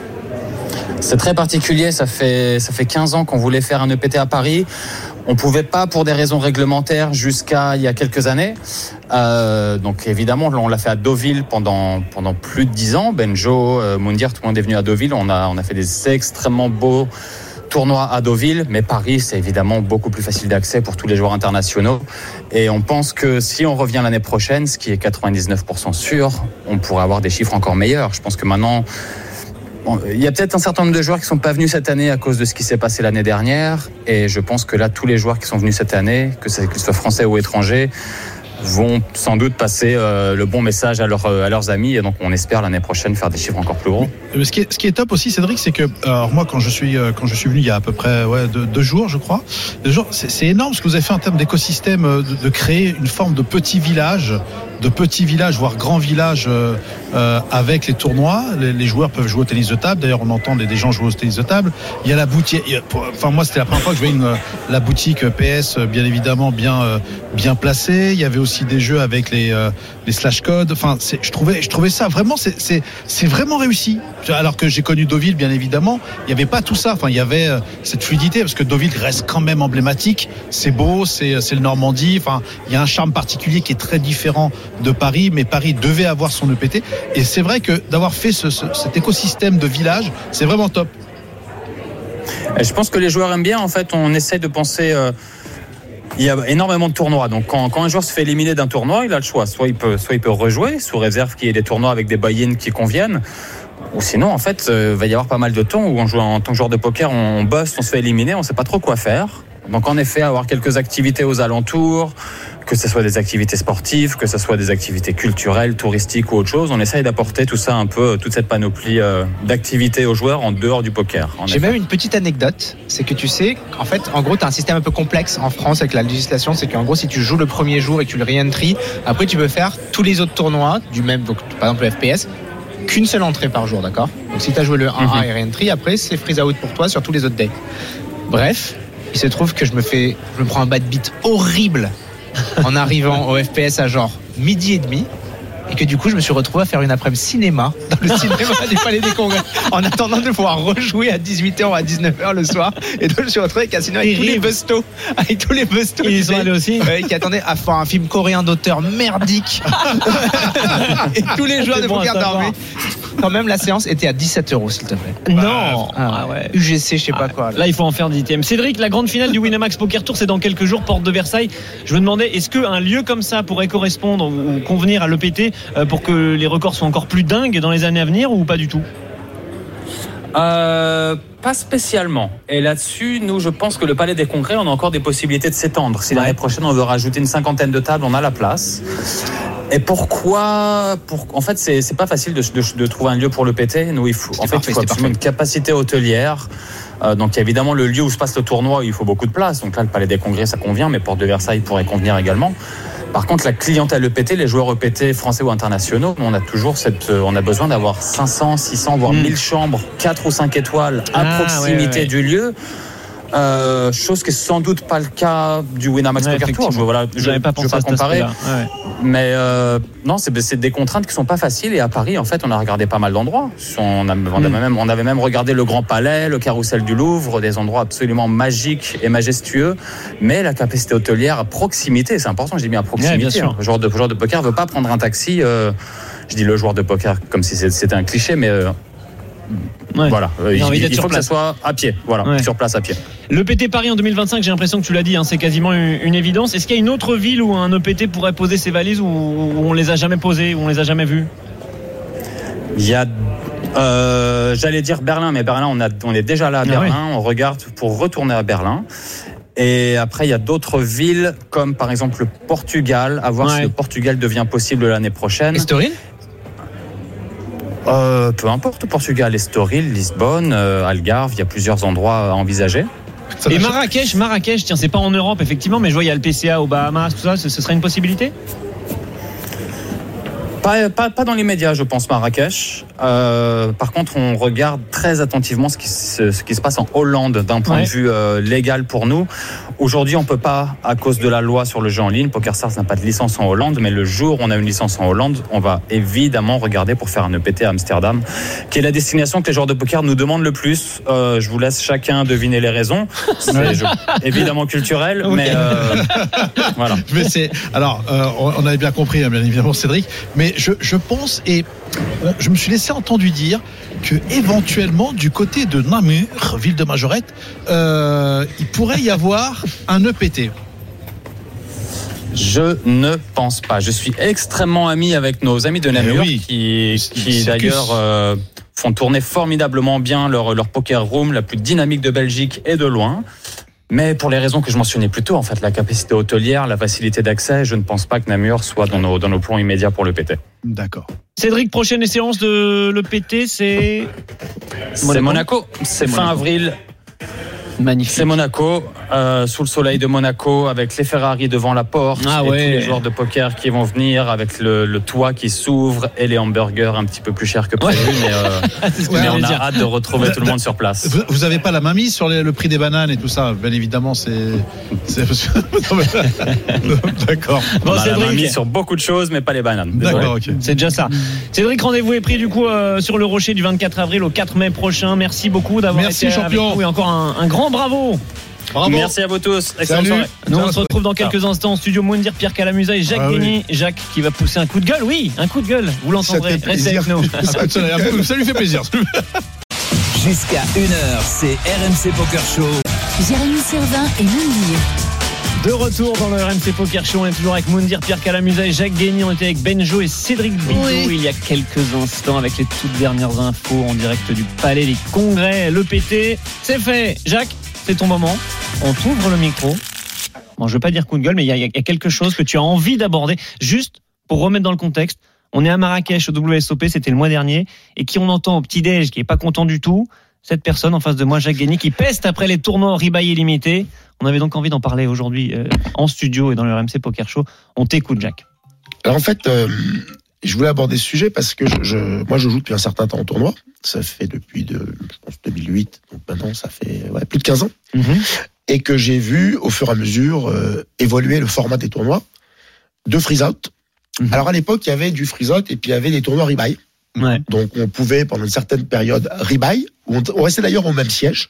C'est très particulier, ça fait, ça fait quinze ans qu'on voulait faire un E P T à Paris. On pouvait pas pour des raisons réglementaires jusqu'à il y a quelques années. Euh, donc évidemment, on l'a fait à Deauville pendant pendant plus de dix ans. Benjo, euh, Moundir, tout le monde est venu à Deauville. On a on a fait des extrêmement beaux tournois à Deauville, mais Paris, c'est évidemment beaucoup plus facile d'accès pour tous les joueurs internationaux. Et on pense que si on revient l'année prochaine, ce qui est quatre-vingt-dix-neuf pour cent sûr, on pourra avoir des chiffres encore meilleurs. Je pense que maintenant, bon, il y a peut-être un certain nombre de joueurs qui ne sont pas venus cette année à cause de ce qui s'est passé l'année dernière. Et je pense que là, tous les joueurs qui sont venus cette année, que ce soit français ou étrangers, vont sans doute passer euh, le bon message à, leur, à leurs amis. Et donc, on espère l'année prochaine faire des chiffres encore plus gros. Ce qui est, ce qui est top aussi, Cédric, c'est que alors moi, quand je suis quand je suis venu il y a à peu près ouais, deux, deux jours, je crois, deux jours, c'est, c'est énorme ce que vous avez fait en termes d'écosystème, de, de créer une forme de petit village, de petit village, voire grand village euh, euh, avec les tournois. Les, les joueurs peuvent jouer au tennis de table. D'ailleurs, on entend des, des gens jouer au tennis de table. Il y a la boutique. Il y a, enfin, moi, c'était la première fois que je voyais une, la boutique P S, bien évidemment, bien euh, bien placée. Il y avait aussi des jeux avec les euh, les slash codes. Enfin, c'est, je trouvais je trouvais ça vraiment c'est c'est c'est vraiment réussi. Alors que j'ai connu Deauville, bien évidemment, il n'y avait pas tout ça. Enfin, il y avait euh, cette fluidité parce que Deauville reste quand même emblématique. C'est beau, c'est c'est le Normandie. Enfin, il y a un charme particulier qui est très différent de Paris, mais Paris devait avoir son E P T. Et c'est vrai que d'avoir fait ce, ce, cet écosystème de village, c'est vraiment top. Et je pense que les joueurs aiment bien. En fait, on essaie de penser. Euh, il y a énormément de tournois. Donc, quand, quand un joueur se fait éliminer d'un tournoi, il a le choix. Soit il peut, soit il peut rejouer, sous réserve qu'il y ait des tournois avec des buy-in qui conviennent. Ou sinon, en fait, il euh, va y avoir pas mal de temps où on joue en tant que joueur de poker, on, on bosse, on se fait éliminer, on ne sait pas trop quoi faire. Donc, en effet, avoir quelques activités aux alentours, que ce soit des activités sportives, que ce soit des activités culturelles, touristiques ou autre chose, on essaye d'apporter tout ça un peu, toute cette panoplie euh, d'activités aux joueurs en dehors du poker. J'ai effet. Même une petite anecdote, c'est que tu sais, en fait, en gros, tu as un système un peu complexe en France avec la législation, c'est qu'en gros, si tu joues le premier jour et que tu le re-entry, après tu peux faire tous les autres tournois du même, donc par exemple le F P S, qu'une seule entrée par jour, d'accord ? Donc si tu as joué le un un mm-hmm. et re-entry, après c'est freeze out pour toi sur tous les autres days. Bref, il se trouve que je me fais, je me prends un bad beat horrible en arrivant au F P S à genre midi et demi, et que du coup je me suis retrouvé à faire une après-midi cinéma dans le cinéma du Palais des Congrès en attendant de pouvoir rejouer à dix-huit heures ou à dix-neuf heures le soir. Et donc je me suis retrouvé avec un cinéma avec tous les bustos, avec tous les bustos ils sont allés aussi euh, qui attendaient à faire un film coréen d'auteur merdique et tous les joueurs de bon poker dormaient. Quand même, la séance était à dix-sept euros, s'il te plaît. Non, ah, ouais. U G C, je sais pas ah, quoi. Là. là, il faut en faire dix items. Cédric, la grande finale du Winamax Poker Tour, c'est dans quelques jours, porte de Versailles. Je me demandais, est-ce qu'un lieu comme ça pourrait correspondre ou convenir à l'E P T pour que les records soient encore plus dingues dans les années à venir ou pas du tout ? Euh, pas spécialement. Et là-dessus, nous, je pense que le Palais des Congrès, on a encore des possibilités de s'étendre. Si l'année prochaine, on veut rajouter une cinquantaine de tables, on a la place. Et pourquoi pour, En fait, c'est, c'est pas facile de, de, de trouver un lieu pour l'E P T. Nous, il faut, en fait, parfait, il faut absolument une capacité hôtelière. Euh, donc, il y a évidemment le lieu où se passe le tournoi, il faut beaucoup de place. Donc là, le Palais des Congrès, ça convient, mais Porte de Versailles pourrait convenir également. Par contre, la clientèle E P T, les joueurs E P T français ou internationaux, on a toujours cette, on a besoin d'avoir cinq cents, six cents, voire mmh. mille chambres, quatre ou cinq étoiles à ah, proximité ouais, ouais. du lieu. Euh, chose qui est sans doute pas le cas du Winamax Ouais, Poker Tour. Je, voilà, je, J'avais pas je pensé veux pas à cet comparer, aspect-là. Ouais. mais euh, non, c'est, c'est des contraintes qui sont pas faciles. Et à Paris, en fait, on a regardé pas mal d'endroits. On, a, on, avait même, on avait même regardé le Grand Palais, le Carrousel du Louvre, des endroits absolument magiques et majestueux. Mais la capacité hôtelière à proximité, c'est important. Je dis bien à proximité. Ouais, bien sûr. Hein. Le joueur de, joueur de poker veut pas prendre un taxi. Euh, je dis le joueur de poker comme si c'était un cliché, mais euh, Ouais. voilà. Il, Il a envie il d'être faut sur que ça place. soit à pied. Voilà, Ouais. sur place à pied. Le P T Paris en deux mille vingt-cinq, j'ai l'impression que tu l'as dit, hein, c'est quasiment une, une évidence. Est-ce qu'il y a une autre ville où un E P T pourrait poser ses valises, où, où on les a jamais posées, où on les a jamais vues? Il y a, euh, j'allais dire Berlin, mais Berlin, on, a, on est déjà là à Ah Berlin. On regarde pour retourner à Berlin. Et après, il y a d'autres villes, comme par exemple le Portugal, à voir Ouais. si le Portugal devient possible l'année prochaine. Estoril Euh, peu importe, Portugal, Estoril, Lisbonne, euh, Algarve, il y a plusieurs endroits à envisager. Ça Et n'a- Marrakech, Marrakech, tiens, c'est pas en Europe effectivement, mais je vois il y a le P C A aux Bahamas, tout ça, ce, ce serait une possibilité? Pas, pas, pas dans les médias, je pense, Marrakech. Euh, par contre, on regarde très attentivement ce qui se, ce qui se passe en Hollande d'un point Ouais. de vue euh, légal pour nous. Aujourd'hui, on peut pas, à cause de la loi sur le jeu en ligne, PokerStars n'a pas de licence en Hollande, mais le jour où on a une licence en Hollande, on va évidemment regarder pour faire un E P T à Amsterdam, qui est la destination que les joueurs de poker nous demandent le plus. Euh, je vous laisse chacun deviner les raisons. C'est je- évidemment culturel, Ok. mais euh, voilà. Mais c'est alors euh, on on avait bien compris hein, bien évidemment Cédric, mais je, je pense et on- je me suis laissé entendu dire que éventuellement du côté de Namur, ville de Majorette, euh, il pourrait y avoir un E P T. Je ne pense pas. Je suis extrêmement ami avec nos amis de Namur, Eh oui. qui, qui Circus. d'ailleurs euh, font tourner formidablement bien leur, leur poker room, la plus dynamique de Belgique et de loin. Mais pour les raisons que je mentionnais plus tôt, en fait, la capacité hôtelière, la facilité d'accès, je ne pense pas que Namur soit dans nos, dans nos plans immédiats pour le P T. D'accord. Cédric, prochaine séance de l'E P T, c'est C'est Monaco. C'est fin Monaco. avril. magnifique. C'est Monaco, euh, sous le soleil de Monaco, avec les Ferrari devant la porte, Ah et ouais. tous les joueurs de poker qui vont venir, avec le, le toit qui s'ouvre et les hamburgers un petit peu plus chers que prévu, mais, euh, C'est ce que mais j'allais on a dire. hâte de retrouver tout le monde sur place. Vous, vous avez pas la main mise sur les- le prix des bananes et tout ça, bien évidemment, c'est. c'est... Non, mais- D'accord. Bon, on a la main Cédric, mise sur beaucoup de choses, mais pas les bananes. Désolé. D'accord, ok. c'est déjà ça. Cédric, rendez-vous est pris du coup euh, sur le Rocher du vingt-quatre avril au quatre mai prochain. Merci beaucoup d'avoir Merci, été champion. avec nous et encore un, un grand bravo. Bravo. Merci à vous tous. Excellente Salut. soirée. Nous on Ciao. se retrouve dans quelques instants en studio Moundir, Pierre Calamusa et Jacques Ah oui. Guény. Jacques qui va pousser un coup de gueule, oui, un coup de gueule. Vous l'entendrez. Ça te fait Restez avec nous. Ça, ça- ça lui fait plaisir. Jusqu'à une heure, c'est R M C Poker Show. Jérémy Servin et Moundir. De retour dans le R M C Poker Show, on est toujours avec Moundir, Pierre Calamusa et Jacques Guény. On était avec Benjo et Cédric Bidot Oui. il y a quelques instants avec les toutes dernières infos en direct du Palais des Congrès. Le P T, c'est fait. Jacques, c'est ton moment. On t'ouvre le micro. Bon, je veux pas dire coup de gueule, mais il y, a- il y a quelque chose que tu as envie d'aborder. Juste pour remettre dans le contexte, on est à Marrakech au W S O P, c'était le mois dernier, et qui on entend au petit-déj, qui est pas content du tout. Cette personne en face de moi, Jacques Guény, qui peste après les tournois rebuy illimité. On avait donc envie d'en parler aujourd'hui euh, en studio et dans le R M C Poker Show. On t'écoute, Jacques. Alors en fait, euh, je voulais aborder ce sujet parce que je, je- moi je joue depuis un certain temps au tournoi. Ça fait depuis de, je pense deux mille huit, donc maintenant ça fait ouais, plus de quinze ans. Et que j'ai vu au fur et à mesure euh, évoluer le format des tournois de freeze out. Mhm. Alors à l'époque, il y avait du freeze out et puis il y avait des tournois rebuy. Ouais. Donc on pouvait pendant une certaine période rebuy, où on, on restait d'ailleurs au même siège.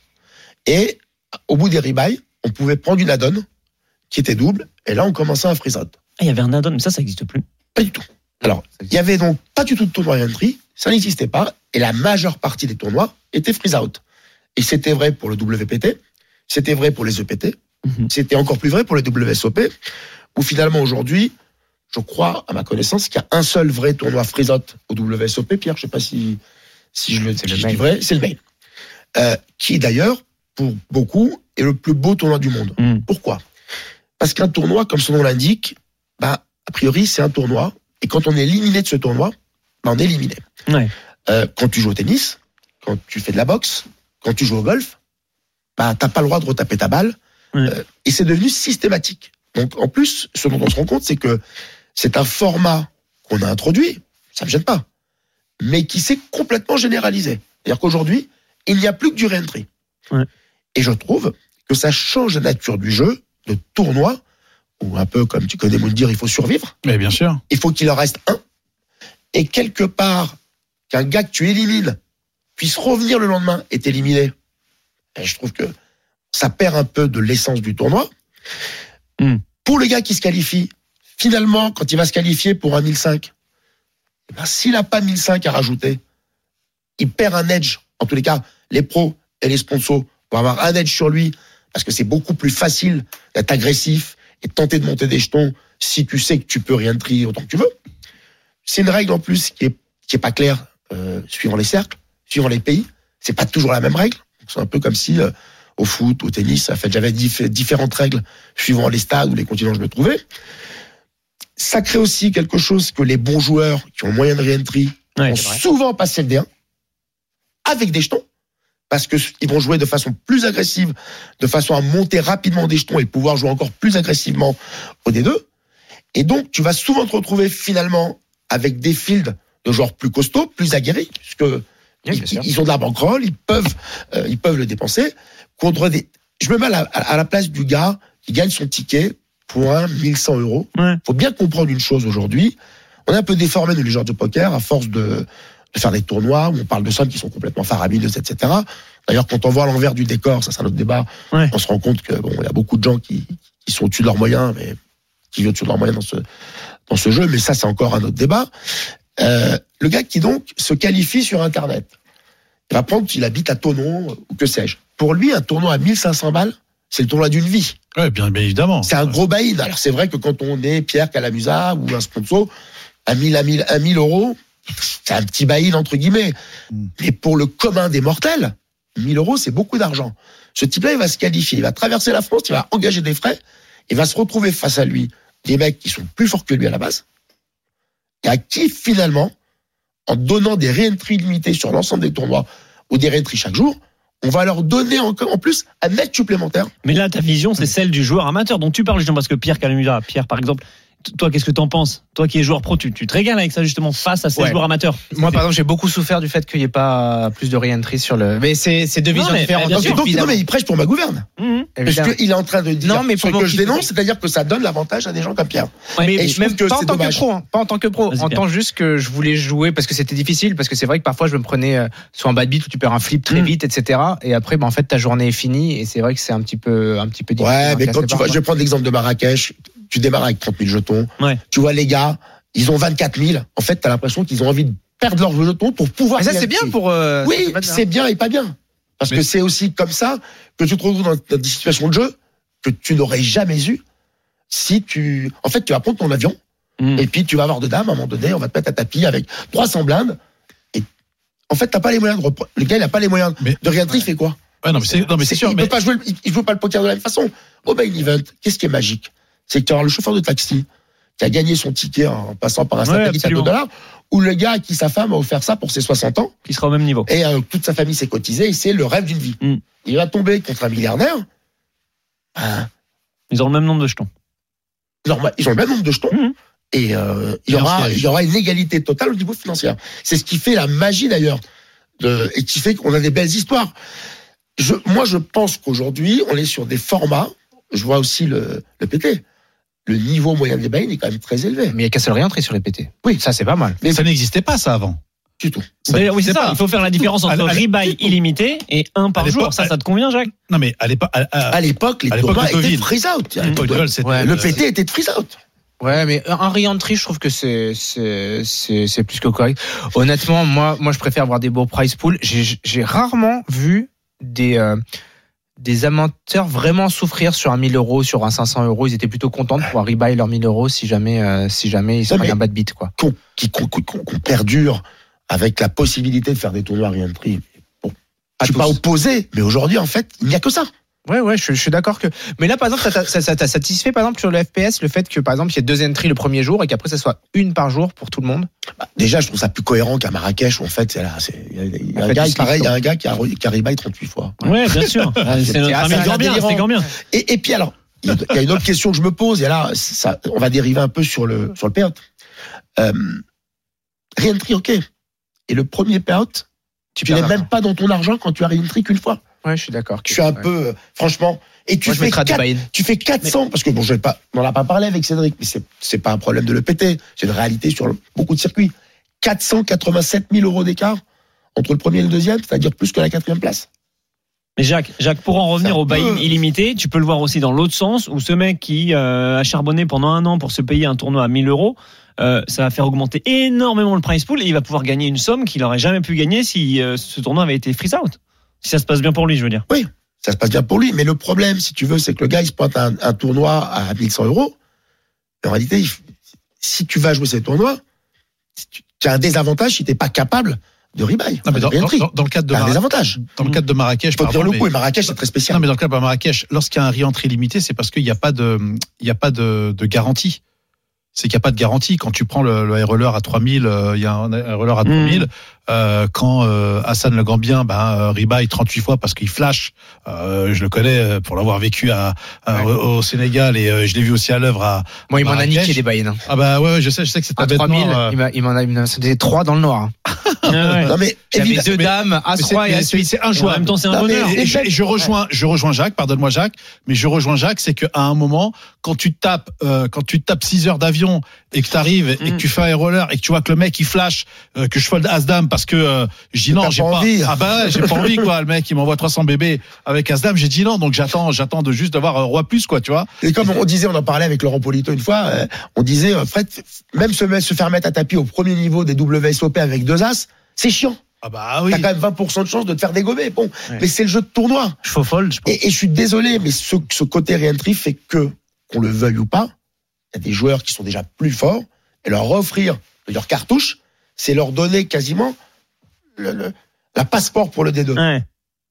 Et au bout des rebuy, on pouvait prendre une add-on qui était double. Et là, on commençait un freeze out. Ah, il y avait un add-on, mais ça, ça n'existe plus. Pas du tout. Alors, il y avait donc pas du tout de tournoi entry, ça n'existait pas, et la majeure partie des tournois étaient freeze out. Et c'était vrai pour le W P T, c'était vrai pour les E P T, Mhm. c'était encore plus vrai pour les W S O P, où finalement aujourd'hui, je crois, à ma connaissance, qu'il y a un seul vrai tournoi freeze out au W S O P. Pierre, je sais pas si, si je le C'est si le je main. dis vrai, c'est le main. Euh, qui d'ailleurs, pour beaucoup, est le plus beau tournoi du monde. Mhm. Pourquoi? Parce qu'un tournoi, comme son nom l'indique, bah, a priori, c'est un tournoi. Et quand on est éliminé de ce tournoi, bah, on est éliminé. Ouais. Euh, quand tu joues au tennis, quand tu fais de la boxe, quand tu joues au golf, bah, t'as pas le droit de retaper ta balle. Ouais. Euh, et c'est devenu systématique. Donc, en plus, ce dont on se rend compte, c'est que c'est un format qu'on a introduit, ça me gêne pas, mais qui s'est complètement généralisé. C'est-à-dire qu'aujourd'hui, il n'y a plus que du re-entry. Ouais. Et je trouve que ça change la nature du jeu, de tournoi, ou un peu comme tu connais me dire, il faut survivre. Mais bien sûr. Il faut qu'il en reste un. Et quelque part, qu'un gars que tu élimines puisse revenir le lendemain et t'éliminer. Et je trouve que ça perd un peu de l'essence du tournoi. Mm. Pour le gars qui se qualifie, finalement, quand il va se qualifier pour un mille cinq, eh ben, s'il n'a pas mille cinq à rajouter, il perd un edge. En tous les cas, les pros et les sponsors vont avoir un edge sur lui parce que c'est beaucoup plus facile d'être agressif et de tenter de monter des jetons si tu sais que tu peux rien trier autant que tu veux. C'est une règle en plus qui est, qui est pas claire euh, suivant les cercles, suivant les pays. C'est pas toujours la même règle. C'est un peu comme si euh, au foot, au tennis, en fait, j'avais diff- différentes règles suivant les stades ou les continents où je me trouvais. Ça crée aussi quelque chose que les bons joueurs qui ont moyen de re-entry Ouais, vont souvent passer le D un avec des jetons parce que ils vont jouer de façon plus agressive, de façon à monter rapidement des jetons et pouvoir jouer encore plus agressivement au D deux. Et donc, tu vas souvent te retrouver finalement avec des fields de joueurs plus costauds, plus aguerris, puisque Oui, ils, ils ont de la bankroll, ils peuvent, euh, ils peuvent le dépenser contre des. Je me mets à la, à la place du gars qui gagne son ticket pour un mille cent euros. Ouais. Faut bien comprendre une chose aujourd'hui. On est un peu déformé nous les joueurs de poker à force de, de faire des tournois où on parle de sommes qui sont complètement faramineuses, et cetera. D'ailleurs, quand on voit l'envers du décor, ça c'est un autre débat. Ouais. On se rend compte que bon, il y a beaucoup de gens qui, qui sont au-dessus de leurs moyens, mais qui vivent au-dessus de leurs moyens dans ce dans ce jeu. Mais ça, c'est encore un autre débat. Euh, le gars qui donc se qualifie sur Internet, il va prendre qu'il habite à Thonon ou que sais-je. Pour lui, un tournoi à mille cinq cents balles, c'est le tournoi d'une vie. Ouais, bien, bien évidemment. C'est un gros buy-in. Alors c'est vrai que quand on est Pierre Calamusa ou un sponsor, à mille, à mille, à mille euros, c'est un petit buy-in entre guillemets. Mm. Mais pour le commun des mortels, mille euros, c'est beaucoup d'argent. Ce type-là, il va se qualifier, il va traverser la France, il va engager des frais, il va se retrouver face à lui des mecs qui sont plus forts que lui à la base, et à qui finalement, en donnant des re-entries limitées sur l'ensemble des tournois ou des re-entries chaque jour, on va leur donner encore en plus un net supplémentaire. Mais là, ta vision, c'est celle du joueur amateur dont tu parles justement parce que Pierre Calamusa, Pierre par exemple, t- toi, qu'est-ce que t'en penses? Toi qui es joueur pro, tu, tu te régales avec ça justement face à ces Ouais. joueurs amateurs. Moi, par exemple, j'ai beaucoup souffert du fait qu'il n'y ait pas plus de re-entry sur le. Mais c'est, c'est deux Non, visions mais- différentes. mais bien Donc, sûr, donc, non, évidemment. mais il prêche pour ma gouverne. Mmh. Parce Évidemment. qu'il est en train de dire Non, mais ce pour que mon je kiff- dénonce, c'est-à-dire que ça donne l'avantage à des gens comme Pierre. Ouais, Mais Et je même trouve que pas en c'est tant dommage. que pro, hein, pas en tant que pro, Vas-y, en Pierre. tant juste que je voulais jouer parce que c'était difficile, parce que c'est vrai que parfois je me prenais euh, sur un bad beat où tu perds un flip très Mm. vite, et cetera. Et après, bah, en fait, ta journée est finie et c'est vrai que c'est un petit peu, un petit peu difficile. Ouais, hein, mais casser quand tu par, vois, quoi. je vais prendre l'exemple de Marrakech, tu démarres avec trente mille jetons, Ouais. tu vois les gars, ils ont vingt-quatre mille, en fait, t'as l'impression qu'ils ont envie de perdre leurs jetons pour pouvoir... Mais ça, y c'est bien aller. pour. euh, Oui, c'est pas bien. c'est bien et pas bien. Parce Mais- que c'est aussi comme ça que tu te retrouves dans, dans des situations de jeu que tu n'aurais jamais eu si tu... En fait, tu vas prendre ton avion Mmh. et puis tu vas avoir de dames, à un moment donné, on va te mettre à tapis avec trois cents blindes et en fait, t'as pas les moyens de... Repre... Le gars, il a pas les moyens Mais- de réentrer, il fait quoi? Ouais, non, mais c'est, non, mais c'est sûr. Il Mais peut pas jouer, le- il, il joue pas le poker de la même façon. Au main event, qu'est-ce qui est magique? C'est que tu auras le chauffeur de taxi qui a gagné son ticket en passant par un Ouais, satellite à deux absolument. dollars, ou le gars à qui sa femme a offert ça pour ses soixante ans, Qui sera au même niveau. et euh, toute sa famille s'est cotisée, et c'est le rêve d'une vie. Mm. Il va tomber contre un milliardaire, ben, Ils ont le même nombre de jetons. ils, ont, ils ont le même nombre de jetons, Mhm. et euh, il, y Et un aura, siège. il y aura une égalité totale au niveau financier. C'est ce qui fait la magie d'ailleurs, de, et qui fait qu'on a des belles histoires. Je, moi, je pense qu'aujourd'hui, on est sur des formats, je vois aussi le, le P T. Le niveau moyen des bains est quand même très élevé. Mais il y a qu'un seul re-entry sur les P T. Oui. Ça, c'est pas mal. Mais ça n'existait pas, ça, avant. du tout. Ça D'ailleurs, oui, c'est n'existait ça. pas. Il faut faire la différence entre À- à- rebuy illimité et un par À l'époque, jour. Ça, à- ça te convient, Jacques? Non, mais à l'époque, à, à- À l'époque, les à l'époque tournois de étaient Deauville. de freeze out. à l'époque de Deauville, c'était- Ouais, Le euh, P T était de freeze out. Ouais, mais un re-entry, je trouve que c'est, c'est, c'est, c'est plus que correct. Honnêtement, moi, moi, je préfère avoir des beaux prize pools. J'ai, j'ai rarement vu des, euh, des amateurs vraiment souffrir sur un mille euros, sur un cinq cents euros. Ils étaient plutôt contents de pouvoir rebuy leurs mille euros si jamais, euh, si jamais ils se Non, prennent mais- un bad beat, quoi. Qu'on, qui, qu'on, qu'on- qu'on perdure avec la possibilité de faire des tournois re-entry. Bon, je suis tous. pas opposé, mais aujourd'hui, en fait, il n'y a que ça. Ouais, ouais, je, je suis d'accord que. Mais là, par exemple, ça t'a, ça, ça t'a satisfait, par exemple, sur le F P S, le fait que, par exemple, il y ait deux entries le premier jour et qu'après, ça soit une par jour pour tout le monde. Bah, déjà, je trouve ça plus cohérent qu'à Marrakech, où en fait, c'est là, c'est, il y a, il y a En un fait, gars, ils se pareil, il y a limitent. un gars qui a, re- qui a rebuy trente-huit fois. Ouais, bien sûr. Ah, c'est c'est notre assez ami Gambien, délirant. c'est Gambien. Et, et puis alors, il y a- il y a une autre question que je me pose, et là, ça, on va dériver un peu sur le, sur le payout. Euh, re-entry, ok. Et le premier payout, tu perds n'es l'argent. même pas dans ton argent quand tu as re-entry qu'une fois. Ouais, je suis d'accord. Je suis un ouais. peu, euh, franchement. Et tu Moi, je fais, mettrais quatre, Dubaï. tu fais quatre cents, parce que bon, je vais pas, on n'en a pas parlé avec Cédric, mais c'est, c'est pas un problème de le péter. C'est une réalité sur le- beaucoup de circuits. quatre cent quatre-vingt-sept mille euros d'écart entre le premier et le deuxième, c'est-à-dire plus que la quatrième place. Mais Jacques, Jacques, pour en revenir C'est un au buy-in peu- illimité, tu peux le voir aussi dans l'autre sens, où ce mec qui euh, a charbonné pendant un an pour se payer un tournoi à mille euros, euh, ça va faire augmenter énormément le prize pool et il va pouvoir gagner une somme qu'il n'aurait jamais pu gagner si euh, ce tournoi avait été freeze out. Si ça se passe bien pour lui, je veux dire. Oui, ça se passe bien pour lui, mais le problème, si tu veux, c'est que le gars, il se pointe à un, un tournoi à mille cent euros. En réalité, il, si tu vas jouer ces tournois, tu as un désavantage si tu n'es pas capable de rebuy. Non, mais dans, de re-entry. dans- dans le cadre de T'as un Mar- désavantage. dans le cadre de Marrakech, Faut dire pardon, le mais- coup, et Marrakech, c'est très spécial. Non, mais dans le cas de Marrakech, lorsqu'il y a un re-entry limité, c'est parce qu'il n'y a pas de, il y a pas de, de garantie. C'est qu'il n'y a pas de garantie. Quand tu prends le, le high roller à trois mille, euh, il y a un high roller à trois mille. Euh, quand euh, Hassan Le Gambien, ben, euh, rebuy trente-huit fois parce qu'il flash. Euh, je le connais euh, pour l'avoir vécu à, à- Ouais. au, au Sénégal et euh, je l'ai vu aussi à l'œuvre à. Moi, il m'en a Marrakech. niqué des buy-in. Hein. Ah bah ouais, ouais, je sais, je sais que c'est ta À bête trois mille, noire, euh, il m'a- il m'en a, il m'en a, c'était trois dans le noir. hein. Non, mais J'avais évidemment- deux mais- dames, as mais c'est- roi et mais as c'est huit. c'est En injouable. même temps, c'est un Non, mais- bonheur. Et je, et je rejoins, je rejoins Jacques. Pardonne-moi Jacques, mais je rejoins Jacques, c'est qu'à un moment, quand tu tapes, euh, quand tu tapes six heures d'avion et que tu arrives et que Mm. tu fais un roller et que tu vois que le mec il flash, euh, que je fold as dame parce que euh, je dis non, T'as j'ai pas pas. envie. Ah bah ouais, j'ai pas envie quoi. Le mec il m'envoie trois cents bébés avec as dame, j'ai dit non, donc j'attends, j'attends de juste d'avoir euh, roi plus quoi, tu vois. Et comme on disait, on en parlait avec Laurent Polito une fois, euh, on disait, euh, Fred, même se, mettre- se faire mettre à tapis au premier niveau des W S O P avec deux as, c'est chiant. Ah bah oui. T'as quand même vingt pour cent de chance de te faire dégommer. Bon, Ouais. mais c'est le jeu de tournoi. Je faux fold, je pense. Et, et je suis désolé, mais ce, ce côté re-entry fait que, qu'on le veuille ou pas, il y a des joueurs qui sont déjà plus forts, et leur offrir leur cartouche, c'est leur donner quasiment le, le- la passeport pour le D deux. Ouais.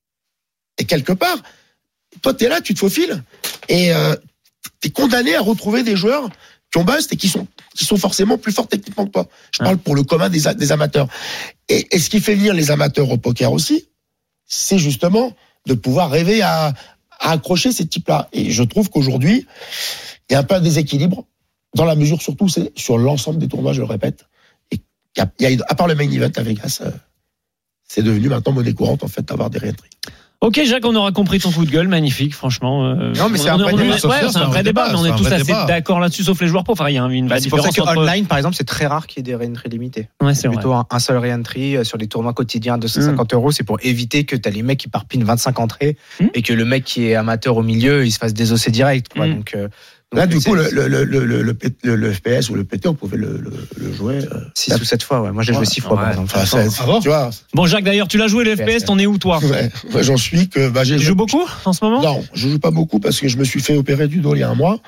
Et quelque part, toi, t'es là, tu te faufiles, et euh, t'es condamné à retrouver des joueurs qui ont bust et qui sont, qui sont forcément plus forts techniquement que toi. Je Ouais. parle pour le commun des, a- des amateurs. Et, et ce qui fait venir les amateurs au poker aussi, c'est justement de pouvoir rêver à, à accrocher ces types-là. Et je trouve qu'aujourd'hui, il y a un peu un déséquilibre, dans la mesure surtout, c'est sur l'ensemble des tournois, je le répète. Et il y a, il y a- à part le main event à Vegas, euh, c'est devenu maintenant monnaie courante, en fait, d'avoir des re-entries. Ok, Jacques, on aura compris ton coup de gueule, magnifique, franchement. euh, Non, mais c'est on- un on- vrai on- débat, ouais, Sophia, c'est un vrai débat, mais on c'est est un tous vrai assez débat. d'accord là-dessus, sauf les joueurs pro. Enfin, il y a une Bah, vraie c'est pour ça différence que entre. online, par exemple, c'est très rare qu'il y ait des re-entry limités. Ouais, C'est c'est vrai. plutôt un, un seul re-entry euh, sur les tournois quotidiens de deux cent cinquante euros. C'est pour éviter que tu as les mecs qui parpinent vingt-cinq entrées Mm. et que le mec qui est amateur au milieu, il se fasse désosser direct. Quoi. Mm. Donc, euh, Là, donc, du c'est- coup, le, le, le, le, le, le P- le- le F P S ou le P T, on pouvait le, le, le jouer. euh, six ou sept fois, ouais. Moi, j'ai joué Ouais. six fois, par Ouais. exemple. enfin, c'est- Ah bon tu vois, Bon, Jacques, d'ailleurs, tu l'as joué le F P S, t'en es où, toi? ouais, ouais, j'en suis que bah, j'ai Tu joues beaucoup en ce moment? Non, je joue pas beaucoup parce que je me suis fait opérer du dos il y a un mois,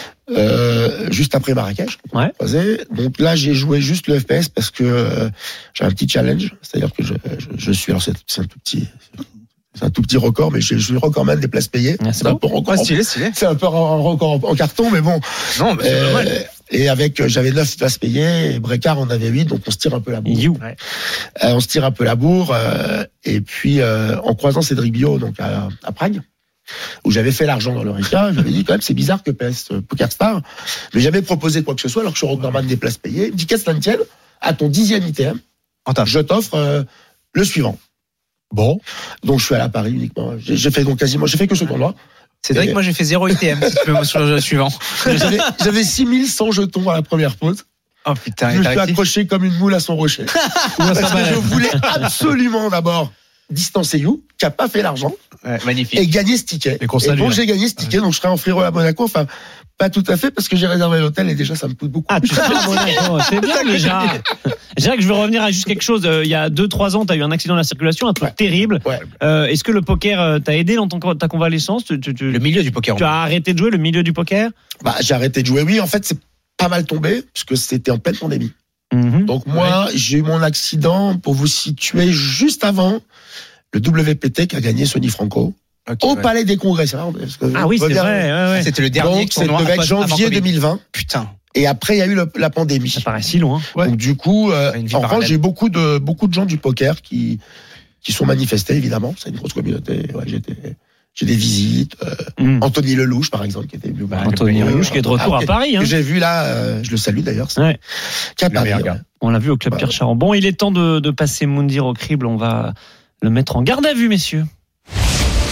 euh, juste après Marrakech. Ouais. Croisé. Donc là, j'ai joué juste le F P S parce que euh, j'ai un petit challenge, c'est-à-dire que je, je, je suis, alors c'est, c'est un tout petit, c'est un tout petit record, mais je, je suis recordman des places payées. Ah, c'est un beau. peu record, Ouais, stylé, stylé. c'est un peu un record en, en carton, mais bon. Non, mais c'est Euh, pas mal. et avec, euh, j'avais neuf places payées, et Brécard en avait huit, donc on se tire un peu la bourre. You. Euh, on se tire un peu la bourre, euh, et puis euh, en croisant Cédric Biot donc à, à Prague, où j'avais fait l'argent dans le Rica, j'avais dit quand même c'est bizarre que P S euh, PokerStar, mais j'avais proposé quoi que ce soit alors que je suis recordman des places payées. Il me dit qu'est-ce que ça ne tienne à ton dixième I T M, je t'offre euh, le suivant. Bon. Donc je suis allé à Paris uniquement. J'ai, j'ai fait donc quasiment, j'ai fait que ce tournoi. C'est vrai que moi, j'ai fait zéro I T M, si tu veux, sur le jeu suivant. J'avais, j'avais six mille cent jetons à la première pause. Oh putain, Je me il suis est accroché comme une moule à son rocher. Parce que je voulais absolument d'abord distancer You, qui a pas fait l'argent, ouais, magnifique. et gagner ce ticket. Et qu'on Et salue, donc hein. j'ai gagné ce ticket, donc je serai en free roll à Monaco. Enfin, pas tout à fait parce que j'ai réservé l'hôtel et déjà ça me coûte beaucoup. Ah, tu sais, Monaco, c'est bien déjà. Jacques, je veux revenir à juste quelque chose. Euh, Il y a deux trois ans, tu as eu un accident de la circulation, un truc Ouais. terrible. Ouais. Euh, est-ce que le poker euh, t'a aidé dans ton, ta convalescence? Tu, tu, tu- Le milieu du poker. tu as arrêté de jouer le milieu du poker? Bah, j'ai arrêté de jouer. Oui, en fait, c'est pas mal tombé puisque c'était en pleine pandémie. Mhm. Donc moi, j'ai eu mon accident pour vous situer juste avant le W P T qui a gagné Sonny Franco Ok, au ouais. Palais des Congrès. C'est marrant, parce que Ah oui, on c'est revient- vrai. Ouais, ouais. C'était le dernier Donc, ça tournoi devait être avant janvier Covid. deux mille vingt. Putain. Et après, il y a eu le- la pandémie. Ça paraît si loin. Ouais. Donc du coup, euh, Une vie en revanche, parallèle. j'ai eu beaucoup de beaucoup de gens du poker qui qui sont manifestés évidemment. C'est une grosse communauté. Ouais, j'étais j'ai des visites. Euh, Mhm. Anthony Lelouch, par exemple, qui était venu. Bah, Anthony le- Lelouch qui est de retour Ah, à ok. Paris. Hein. Que j'ai vu là, euh, je le salue d'ailleurs. c'est- Ouais. Qui a Le pas meilleur dit, gars. ouais. On l'a vu au club Ouais. Pierre Charon. Bon, il est temps de, de passer Moundir au crible. On va le mettre en garde à vue, messieurs.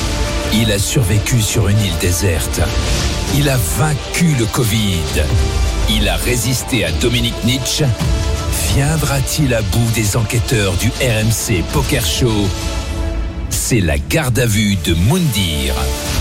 Il a survécu sur une île déserte. Il a vaincu le Covid. Il a résisté à Dominique Nietzsche. Viendra-t-il à bout des enquêteurs du R M C Poker Show? C'est la garde à vue de Moundir.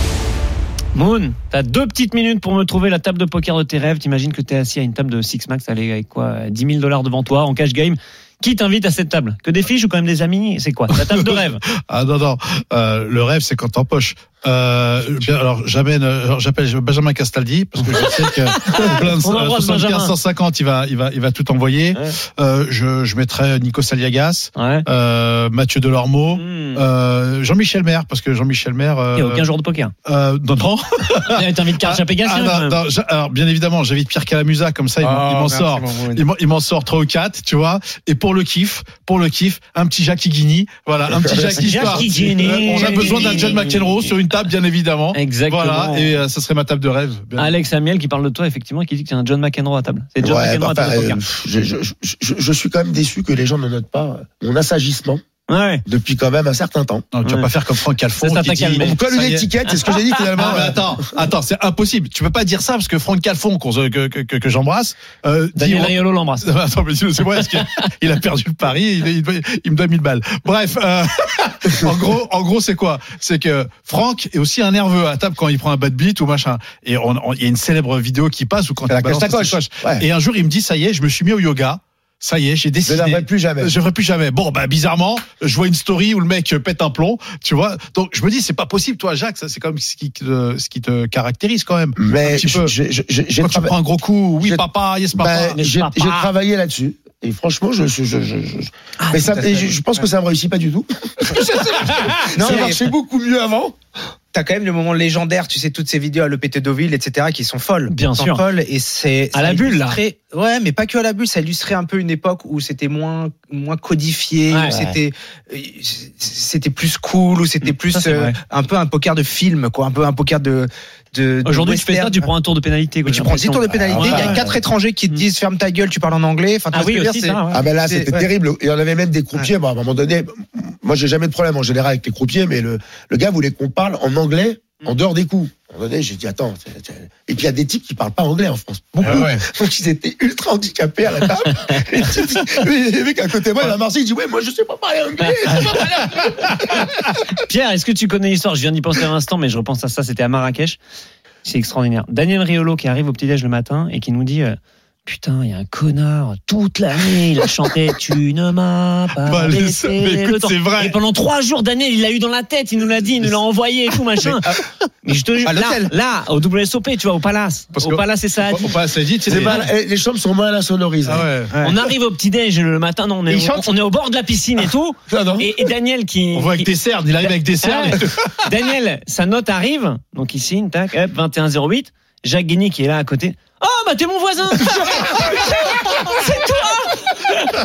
Moon, t'as deux petites minutes pour me trouver la table de poker de tes rêves. T'imagines que t'es assis à une table de Six Max, allez, avec quoi, dix mille dollars devant toi, en cash game. Qui t'invite à cette table? Que des fiches ou quand même des amis? C'est quoi la table de rêve? Ah non, non, euh, le rêve, c'est quand t'empoches. Euh, bien, alors, j'amène, alors, j'appelle Benjamin Castaldi, parce que je sais que plein de soixante-quinze cent cinquante, il va, il va, il va tout envoyer. Ouais. Euh, je, je mettrai Nico Saliagas, ouais. euh, Mathieu Delormeau, mmh. euh, Jean-Michel Maire, parce que Jean-Michel Maire. Euh, il n'y a aucun joueur de poker. Euh, non, non. T'invites Karl Chapegatien. Ah, non, non, alors, bien évidemment, j'invite Pierre Calamusa, comme ça, il, oh, il m'en sort, il m'en, il m'en sort trois ou quatre, tu vois. Et pour le kiff, pour le kiff, un petit Jackie Guigny, voilà, un petit Jackie Guigny. On a besoin d'un John McEnroe sur une table, bien évidemment. Exactement. Voilà, et euh, ça serait ma table de rêve. Alex Amiel qui parle de toi, effectivement, qui dit que c'est un John McEnroe à table. C'est John ouais, McEnroe bah, à table de poker. Euh, je, je, je, je suis quand même déçu que les gens ne notent pas mon assagissement. Ouais. Depuis quand même un certain temps. Non, tu ouais. vas pas faire comme Franck Calfon qui dit, on colle une étiquette, c'est ce que j'ai dit finalement. Ah, mais attends, attends, c'est impossible. Tu peux pas dire ça parce que Franck Calfon que, que, que, que j'embrasse, euh, Daniel Riolo l'embrasse. Attends, mais c'est vrai, parce qu'il a perdu le pari, il, il, il me donne mille balles. Bref, euh, en gros, en gros, c'est quoi? C'est que Franck est aussi un nerveux à table quand il prend un bad beat ou machin. Et on, on, il y a une célèbre vidéo qui passe où quand il balance sa coche. Ouais. Et un jour, il me dit, ça y est, je me suis mis au yoga. Ça y est, j'ai décidé. Je ne ferai plus jamais. Je ne ferai plus jamais. Bon, bah, bizarrement, je vois une story où le mec pète un plomb, tu vois. Donc, je me dis, c'est pas possible, toi, Jacques, ça, c'est comme ce qui te, ce qui te caractérise quand même. Mais, un petit peu. Je, je, je, quand tu prends un gros coup, oui, papa, yes, papa. Ben, j'ai, j'ai travaillé là-dessus. Et franchement, je, je, je, je, je... Ah, mais ça, et je, je pense que ça me réussit pas du tout. Non, ça marchait beaucoup mieux avant. T'as quand même le moment légendaire, tu sais, toutes ces vidéos à l'E P T Deauville, et cetera, qui sont folles. Bien sûr. Folles, et c'est à la bulle, là. Ouais, mais pas que à la bulle. Ça illustrait un peu une époque où c'était moins, moins codifié, ouais, où c'était, c'était plus cool, où c'était plus ça, euh, un peu un poker de film, quoi, un peu un poker de. De, Aujourd'hui, tu fais ça, tu prends un tour de pénalité. Tu prends dix tours de pénalité. Il ah, ouais, y a quatre ouais. étrangers qui te disent ferme ta gueule, tu parles en anglais. Enfin, ah oui, aussi, ça, ouais. Ah ben là, c'était ouais. terrible. Il y en avait même des croupiers. Ouais. Bon, à un moment donné, moi, j'ai jamais de problème en général avec les croupiers, mais le, le gars voulait qu'on parle en anglais en dehors des coups. À un moment donné, j'ai dit attends. C'est, c'est... Et puis il y a des types qui parlent pas anglais en France. Beaucoup. Ah ouais. Donc ils étaient ultra handicapés à la table. Et types, les mecs à côté de moi, il y a Marseille, il dit ouais, moi je sais pas parler anglais. Pierre, est-ce que tu connais l'histoire? Je viens d'y penser un instant, mais je repense à ça. C'était à Marrakech. C'est extraordinaire. Daniel Riolo qui arrive au petit-déj le matin et qui nous dit euh, putain, il y a un connard, toute l'année, il a chanté tu ne m'as pas bah, laissé mais écoute, le temps. C'est vrai. Et pendant trois jours, Daniel, il l'a eu dans la tête, il nous l'a dit, il nous l'a envoyé et tout, machin. Mais, mais je te jure, là, là, au W S O P, tu vois, au Palace. Parce au Palace, c'est ça. Au Palace, c'est dit, c'est mal, les chambres sont mal insonorisées. Ah ouais. Ouais. On arrive au petit-déj le matin, non, on est, on, on est au bord de la piscine et tout. Et, et Daniel qui. On voit avec des cernes, il arrive avec des cernes. Ah, Daniel, sa note arrive, donc il signe, tac, hop, vingt et un zéro huit. Jacques Guigny qui est là à côté. Oh, bah t'es mon voisin. C'est toi.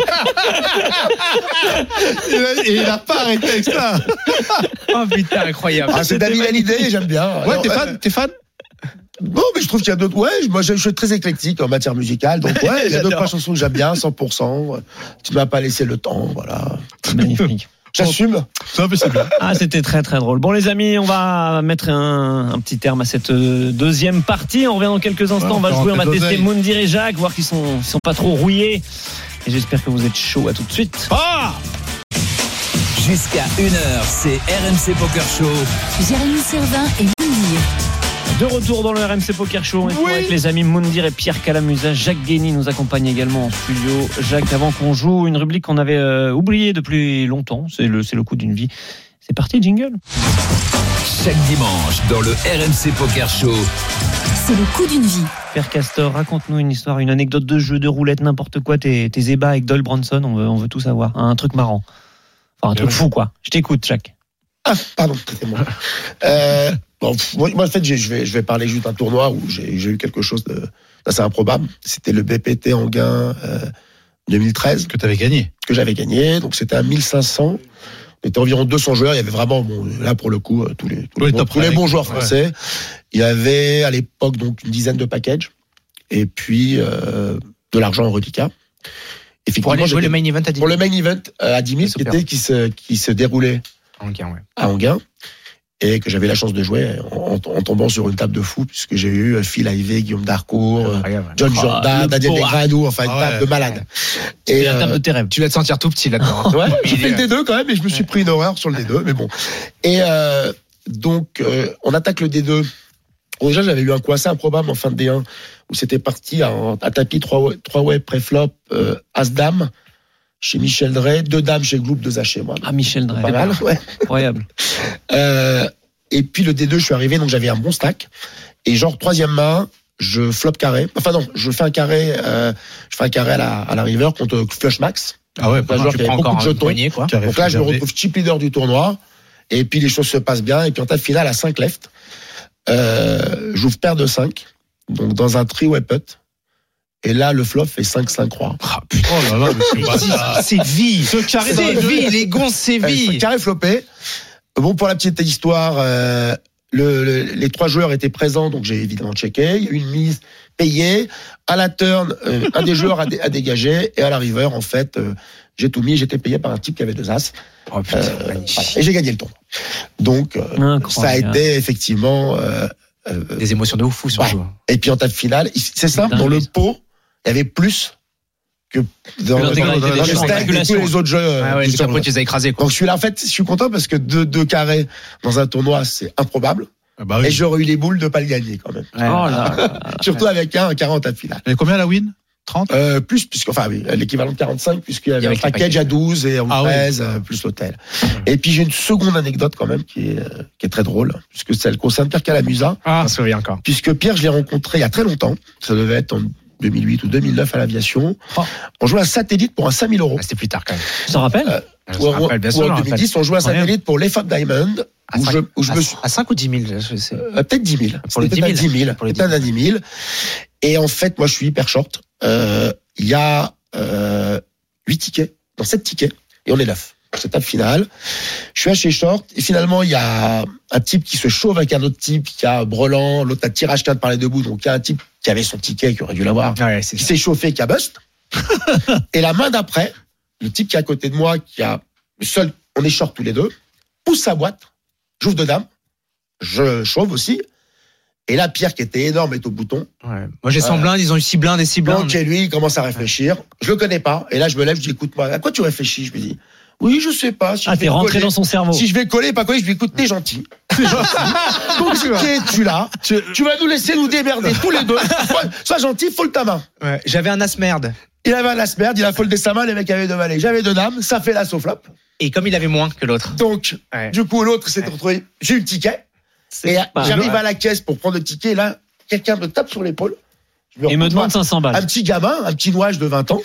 Et il a pas arrêté avec ça. Oh putain, incroyable. Ah, c'est David Hallyday, j'aime bien. Ouais, Alors, t'es fan, euh, t'es fan. Non, mais je trouve qu'il y a d'autres. Ouais, moi je, je suis très éclectique en matière musicale, donc ouais, il y a d'autres chansons que j'aime bien, cent pour cent. Tu ne m'as pas laissé le temps, voilà. Magnifique. J'assume. Ça, mais c'est bien. Ah, c'était très très drôle. Bon les amis, on va mettre un, un petit terme à cette deuxième partie. On revient dans quelques instants. Ouais, on va jouer, on va tester Moundir et Jacques, voir qu'ils sont, sont pas trop rouillés. Et j'espère que vous êtes chauds. À tout de suite. Ah Jusqu'à une heure, c'est R M C Poker Show. Jérémy Servin et Moundir. De retour dans le R M C Poker Show, oui. Avec les amis Moundir et Pierre Calamusa. Jacques Guigny nous accompagne également en studio. Jacques, avant qu'on joue une rubrique qu'on avait euh, oubliée depuis longtemps, c'est le, c'est le coup d'une vie. C'est parti, jingle. Chaque dimanche, dans le R M C Poker Show, c'est le coup d'une vie. Pierre Castor, raconte-nous une histoire, une anecdote de jeu, de roulette, n'importe quoi, tes, tes ébats avec Doyle Bronson, on veut, on veut tout savoir. Un truc marrant. Enfin, un truc fou, quoi. Je t'écoute, Jacques. Ah, pardon, c'était moi. Euh, bon, moi, en fait, je vais, je vais parler juste d'un tournoi où j'ai, j'ai eu quelque chose de, d'assez improbable. C'était le B P T Anguin euh, deux mille treize. Que tu avais gagné. Que j'avais gagné. Donc, c'était à mille cinq cents. On était environ deux cents joueurs. Il y avait vraiment, bon, là, pour le coup, tous les, tous les, bons, tous les bons joueurs français. Ouais. Il y avait, à l'époque, donc, une dizaine de packages. Et puis, euh, de l'argent en reliquat. Pour aller jouer le main event à dix mille. Pour le main event à dix mille, qui, était, qui, se, qui se déroulait à Anguin, ouais. à Anguin. et que j'avais la chance de jouer en, en tombant sur une table de fou, puisque j'ai eu Phil Ivey, Guillaume Darcourt, euh, John oh, Jordan, Daniel Negreanu, enfin une ah ouais, table de malade. Ouais. Et la table de tes rêves. Tu vas te sentir tout petit là-dedans. Ouais, j'ai fait le D deux quand même, et je me suis pris une horreur sur le D deux, mais bon. Et euh, donc, euh, on attaque le D deux. Bon, déjà, j'avais eu un coup assez improbable en fin de D un, où c'était parti à, à tapis trois way pré-flop, euh, As-Dame, chez Michel Drey, deux dames chez Gloup, deux As chez moi. Ah, Michel Drey. Pas mal, ouais. Incroyable. euh, et puis le D deux, je suis arrivé, donc j'avais un bon stack. Et genre, troisième main, je flop carré. Enfin non, je fais un carré, euh, je fais un carré à la, à la river contre Flush Max. Ah ouais, un joueur qui avait beaucoup de jetons. Poignet, quoi. Donc là, je me retrouve chip leader du tournoi. Et puis les choses se passent bien. Et puis en table finale à cinq left, euh, j'ouvre paire de cinq. Donc dans un three-way putt. Et là, le flop fait cinq cinq croix. Ah, putain, oh là là, c'est vie. Ce carré c'est vie, les gonzes, c'est vie. Ce carré flopé. Bon, pour la petite histoire, euh, le, le, les trois joueurs étaient présents, donc j'ai évidemment checké. Il y a eu une mise payée. À la turn, euh, un des joueurs a, dé, a dégagé. Et à la river, en fait, euh, j'ai tout mis. J'étais payé par un type qui avait deux as. Oh, putain, euh, voilà. Et j'ai gagné le tour. Donc, euh, ça a été effectivement... Euh, euh, des émotions de ouf fou sur ouais. le jeu. Et puis en table finale, c'est simple, dans le pot, il y avait plus que dans, dans, dans, dans le stack de tous les autres jeux. Ah ouais, les chapeaux, tu les as écrasés, quoi. Donc je suis là, en fait, je suis content parce que deux, deux carrés dans un tournoi, c'est improbable. Ah bah oui. Et j'aurais eu les boules de pas le gagner, quand même. Ouais. Oh là là. Surtout avec un, un carré en table finale. Et combien la win? trente euh, plus, puisque, enfin, oui, l'équivalent de quarante-cinq, puisqu'il y avait un package à douze et en ah treize, oui. euh, plus l'hôtel. Et puis, j'ai une seconde anecdote, quand même, qui est, euh, qui est très drôle, puisque celle concerne Pierre Calamusa. Ah, je me souviens encore. Puisque Pierre, je l'ai rencontré il y a très longtemps. Ça devait être en deux mille huit ou deux mille neuf à l'aviation. Oh. On jouait un satellite pour un cinq mille euros. Ah, c'était plus tard, quand même. Tu t'en rappelles? Euh, je ou, rappelle, bien sûr, ou en deux mille dix, on jouait un satellite pour les Fab Diamond. À, cinq, je, où je à, me suis... à cinq ou dix mille, je sais. Euh, peut-être dix mille. Pour les dix mille. dix mille. Pour les dix mille. Et en fait, moi, je suis hyper short. Euh, il y a euh, huit tickets, non sept tickets, et on est neuf. C'est table finale. Je suis assez short, et finalement, il y a un type qui se chauffe avec un autre type qui a brelan, l'autre a tirage quatre par les deux bouts, donc il y a un type qui avait son ticket, qui aurait dû l'avoir, ouais, qui s'est chauffé, qui a bust. Et la main d'après, le type qui est à côté de moi, qui a le seul, on est short tous les deux, pousse sa boîte, j'ouvre deux dames, je chauffe aussi. Et là, Pierre, qui était énorme, est au bouton. Ouais. Moi, j'ai cent blindes, ils ont eu six blindes et six blindes. Donc, et lui, il commence à réfléchir. Je le connais pas. Et là, je me lève, je dis, écoute-moi, à quoi tu réfléchis? Je lui dis, oui, je sais pas. Si ah, t'es rentré coller, dans son cerveau. Si je vais coller, pas coller, je lui dis, écoute, t'es gentil. T'es gentil. Compliqué, tu l'as. Tu... tu vas nous laisser nous démerder tous les deux. Sois gentil, fold ta main. Ouais. J'avais un as merde. Il avait un as merde, il a foldé sa main, les mecs avaient deux valets. J'avais deux dames, ça fait l'as au flop. Et comme il avait moins que l'autre. Donc, ouais. Du coup, l'autre s'est ouais. retrouvé, j'ai eu le ticket. C'est et j'arrive ouais. à la caisse pour prendre le ticket, et là, quelqu'un me tape sur l'épaule. Je me et me demande cinq cents balles. Un petit gamin, un petit nouage de vingt ans.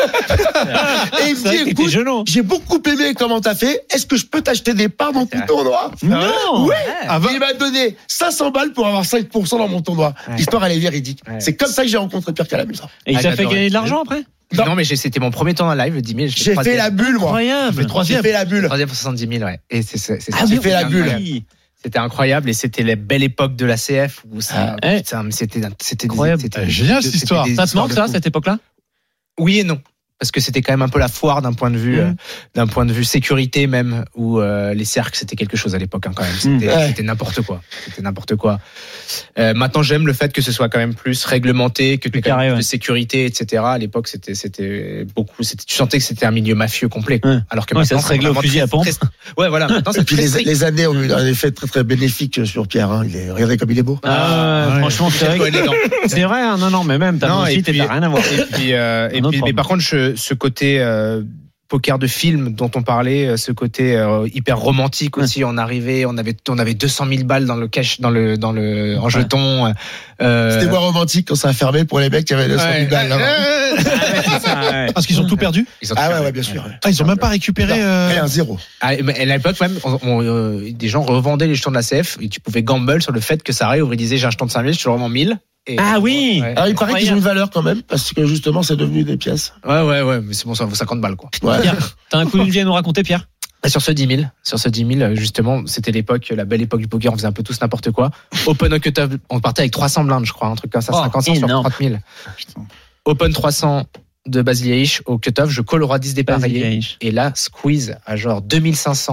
Et il me dit, écoute, j'ai beaucoup aimé comment t'as fait. Est-ce que je peux t'acheter des parts dans ton tournoi? Non. Ouais. Ah, il m'a donné cinq cents balles pour avoir cinq pour cent dans mon tournoi. Ouais. L'histoire, elle est véridique. Ouais. C'est comme ça que j'ai rencontré Pierre Calamusa. Et il t'a fait gagner de l'argent après? Non, non mais j'ai, c'était mon premier tournoi live, dix mille. J'ai fait la bulle, moi. Incroyable. J'ai fait la bulle. Troisième pour soixante-dix mille, ouais. Et c'est, c'est, c'est ah, j'ai fait la bulle. C'était incroyable et c'était la belle époque de la C F où ça, ah, putain, c'était, c'était incroyable. Des, c'était, génial cette histoire. Ça te manque ça, cette époque-là? Oui et non. Parce que c'était quand même un peu la foire d'un point de vue, mmh. euh, d'un point de vue sécurité même, où euh, les cercles c'était quelque chose à l'époque hein, quand même. C'était, mmh. c'était n'importe quoi. C'était n'importe quoi. Euh, maintenant j'aime le fait que ce soit quand même plus réglementé, que tu aies quand même plus ouais. de sécurité, et cetera. À l'époque c'était, c'était beaucoup, c'était, tu sentais que c'était un milieu mafieux complet. Mmh. Alors que ouais, maintenant ça se réglait au fusil à pompe. Très... Ouais voilà. Maintenant c'est puis les, les années ont eu un effet très très bénéfique sur Pierre. Hein. Il est, regardez comme il est beau. Ah, ouais, franchement c'est vrai. C'est vrai. Hein, non non mais même t'as aussi t'as rien à voir. Et puis, euh, et puis mais par contre je, ce côté euh, poker de film dont on parlait, ce côté euh, hyper romantique aussi. Ouais. On arrivait, on avait, on avait deux cent mille balles dans le cash, dans le, dans le, en jetons. Euh... C'était moins romantique quand ça a fermé pour les mecs qui avaient deux cent mille ouais. balles. Là, ah, ouais, ça, ouais. Parce qu'ils ont tout perdu. Ils ont ah tout ouais, perdu. Ouais, bien sûr. Ah, ils ont même pas récupéré. Non, euh... un zéro. Ah, à l'époque même, on, on, euh, des gens revendaient les jetons de la C F et tu pouvais gamble sur le fait que ça réouvre. Ils disaient j'ai un jeton de cinq mille, je te le revends mille. Et ah oui. Ouais. Alors il paraît qu'ils ont une valeur quand même parce que justement c'est devenu des pièces. Ouais ouais ouais mais c'est bon ça vaut cinquante balles quoi. Ouais. Pierre, t'as un coup d'une vie à nous raconter Pierre? Sur ce dix mille, sur ce dix mille justement c'était l'époque, la belle époque du poker, on faisait un peu tous n'importe quoi. Open au cut-off, on partait avec trois cents blindes je crois, un truc comme ça, oh, cinquante sur trente mille. Putain. Open trois cents de Basiliaïch au cut-off, je colle au roi dix dépareillé et là squeeze à genre deux mille cinq cents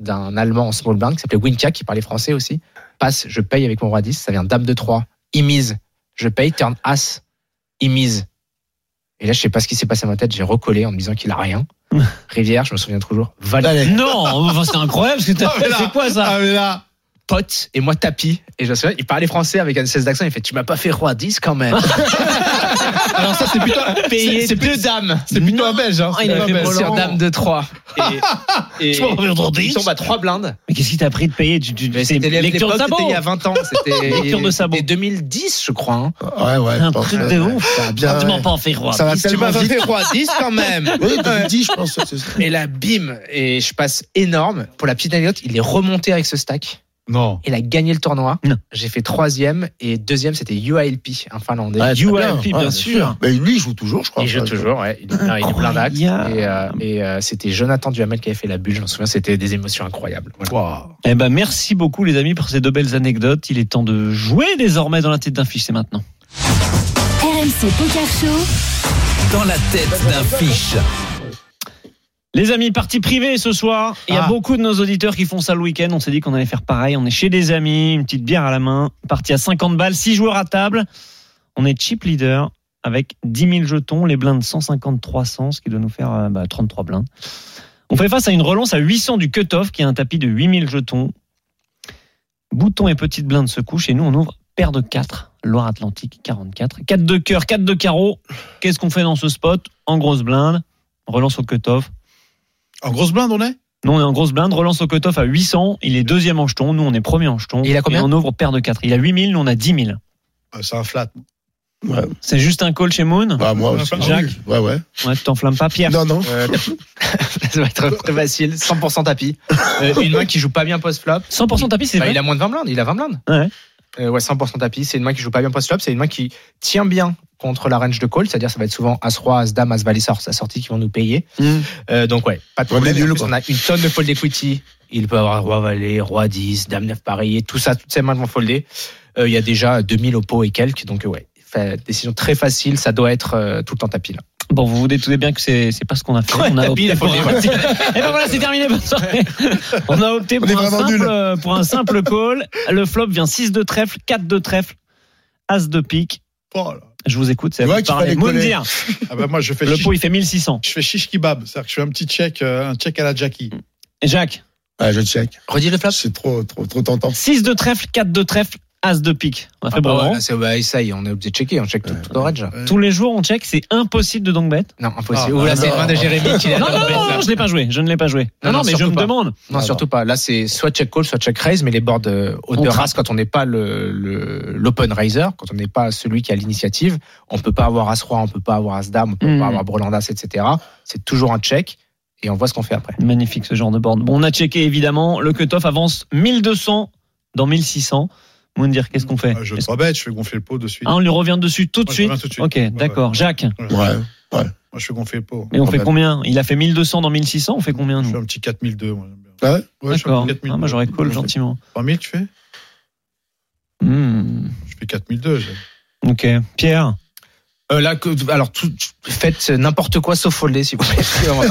d'un Allemand en small blind qui s'appelait Winka, qui parlait français aussi. Passe, je paye avec mon roi dix, ça vient dame de trois, il mise, je paye, turn as, il mise. Et là, je sais pas ce qui s'est passé dans ma tête, j'ai recollé en me disant qu'il a rien. Rivière, je me souviens toujours. Valet. Non, enfin, c'est incroyable ce que t'as Ah, mais fait. là- C'est quoi ça? Ah, mais là. Pote, et moi tapis. Et je me souviens, il parlait français avec un espèce d'accent, il fait, tu m'as pas fait roi dix quand même. Alors ça, c'est plutôt, Payé c'est, c'est deux plutôt, dames. c'est plutôt un belge, hein. Ah, il a C'est fait un belge. Sur dame de trois. Et, et Tu m'as pas fait roi dix? il tombe à trois blindes. Mais qu'est-ce qui t'a pris de payer? Tu, tu, Mais c'est c'était lecture de l'époque, sabot. c'était il y a vingt ans. C'était Lecture de sabot. C'était deux mille dix, je crois. Hein. Ouais, ouais. Un je pense, truc ouais. de ouf. Ça va bien, Tu m'as ouais. pas fait roi. Ça va Tu tellement m'as pas vite. fait roi dix quand même. Oui, deux mille dix, je pense. C'est ça. Et là, bim. Et je passe énorme. Pour la petite anecdote, il est remonté avec ce stack. Non. Il a gagné le tournoi. Non. J'ai fait troisième. Et deuxième, c'était U A L P, un Finlandais. Ouais, U très A L P, bien Ouais, sûr. Mais lui, il joue toujours, je crois. Il joue toujours, ouais. Il, non, il est plein d'actes. Incroyable. Et, euh, et euh, c'était Jonathan Duhamel qui avait fait la bulle. Je me souviens, c'était des émotions incroyables. Voilà. Wow. Eh ben, merci beaucoup, les amis, pour ces deux belles anecdotes. Il est temps de jouer désormais dans la tête d'un fiche. C'est maintenant. R M C Poker Show. Dans la tête d'un fiche. Les amis, partie privée ce soir. Il y a Ah. beaucoup de nos auditeurs qui font ça le week-end. On s'est dit qu'on allait faire pareil. On est chez des amis, une petite bière à la main. Partie à cinquante balles, six joueurs à table. On est chip leader avec dix mille jetons. Les blindes cent cinquante trois cents, ce qui doit nous faire euh, bah, trente-trois blindes. On fait face à une relance à huit cents du cut-off, qui est un tapis de huit mille jetons. Bouton et petite blinde se couchent et nous on ouvre paire de quatre. Loire-Atlantique quarante-quatre. quatre de cœur, quatre de carreau. Qu'est-ce qu'on fait dans ce spot? En grosse blinde. Relance au cut-off. En grosse blinde, on est? Nous, on est en grosse blinde, relance au cut-off à huit cents. Il est deuxième en jeton. Nous, on est premier en jeton. Et il a combien? on ouvre paire de quatre. Il a huit mille, nous, on a dix mille. Euh, C'est un flat. Ouais. C'est juste un call chez Moon. Bah, moi aussi. Jacques. Ouais, ouais. Ouais, tu t'enflammes pas, Pierre. Non, non. Euh, ça va être très facile. cent pour cent tapis. Euh, une main qui joue pas bien post-flop. cent pour cent tapis, c'est Bah, vrai. il a moins de vingt blindes. Il a vingt blindes. Ouais. Euh, ouais, cent pour cent tapis. C'est une main qui joue pas bien post-flop. C'est une main qui tient bien contre la range de call. C'est-à-dire, ça va être souvent As-Roi, As-Dame, As-Valet, sa sortie qui vont nous payer. Mmh. Euh, donc, ouais, pas de Ouais, problème. mais En nul, plus, quoi. on a une tonne de fold equity. Il peut avoir Roi Valet, Roi dix, Dame neuf pareillé. Tout ça, toutes ces mains vont folder. Euh, il y a déjà deux mille au pot et quelques. Donc, euh, ouais, fait, décision très facile. Ça doit être euh, tout le temps tapis, là. Bon, vous vous doutez bien que c'est, c'est pas ce qu'on a fait. Ouais, on a tapis, opté il a pour foldé, un... Et ben voilà, c'est terminé, bonne soirée. On a opté On pour est un, vraiment simple, nuls. euh, pour un simple call. Le flop vient six de trèfle, quatre de trèfle, As de pique. Oh là. Je vous écoute, c'est à Tu vous vois de qu'il parler. fallait coller. Moundir. Ah bah moi, je fais Le chiche, pot, il fait mille six cents. je fais chiche kebab. C'est-à-dire que je fais un petit check, euh, un check à la Jackie. Et Jacques, Ouais, je check. Redis le flop. C'est trop, trop, trop tentant. six de trèfle, quatre de trèfle, As de pique. On a fait Ah, bon. bah, ouais, hein. là, c'est, bah, ça y est, on est obligé de checker. On check tout, tout en range. Euh, Tous les jours, on check, c'est impossible de donc bet. Non, impossible. Ah, Ou là, bah, c'est non. une main de Jérémy qui est Non, à non, la non, non, je l'ai pas joué. Je ne l'ai pas joué. Non, Non, non, non, mais je surtout me pas. demande. Non, Ah, surtout pas. Là, c'est soit check call, soit check raise, mais les boards euh, On hauteur trappe. as quand on n'est pas le, le, l'open raiser, quand on n'est pas celui qui a l'initiative, on peut pas avoir as roi, on peut pas avoir as dame, on peut Mm. pas avoir breland as, et cetera. C'est toujours un check et on voit ce qu'on fait après. Magnifique ce genre de board. Bon, on a checké évidemment. Le cut-off avance mille deux cents dans mille six cents. Moundir, qu'est-ce qu'on fait? euh, Je Est-ce- trois bête, je fais gonfler le pot de suite. Ah, on lui revient dessus tout de Ouais, je suite. reviens tout de suite. Ok, Ouais, d'accord. ouais. Jacques, Ouais. Ouais. Moi, je fais gonfler le pot. et on fait Problème. combien? Il a fait mille deux cents dans mille six cents. On fait combien Je nous? fais un petit quatre mille deux. Moi, j'aime bien. Ah ouais? Ouais, je fais un D'accord. petit quatre mille Ah, moi j'aurais call gentiment. trois mille, tu fais? Hmm. Je fais quatre mille deux. j'ai- Ok. Pierre. Euh, là, que, alors, tout, faites n'importe quoi sauf folder, s'il vous plaît.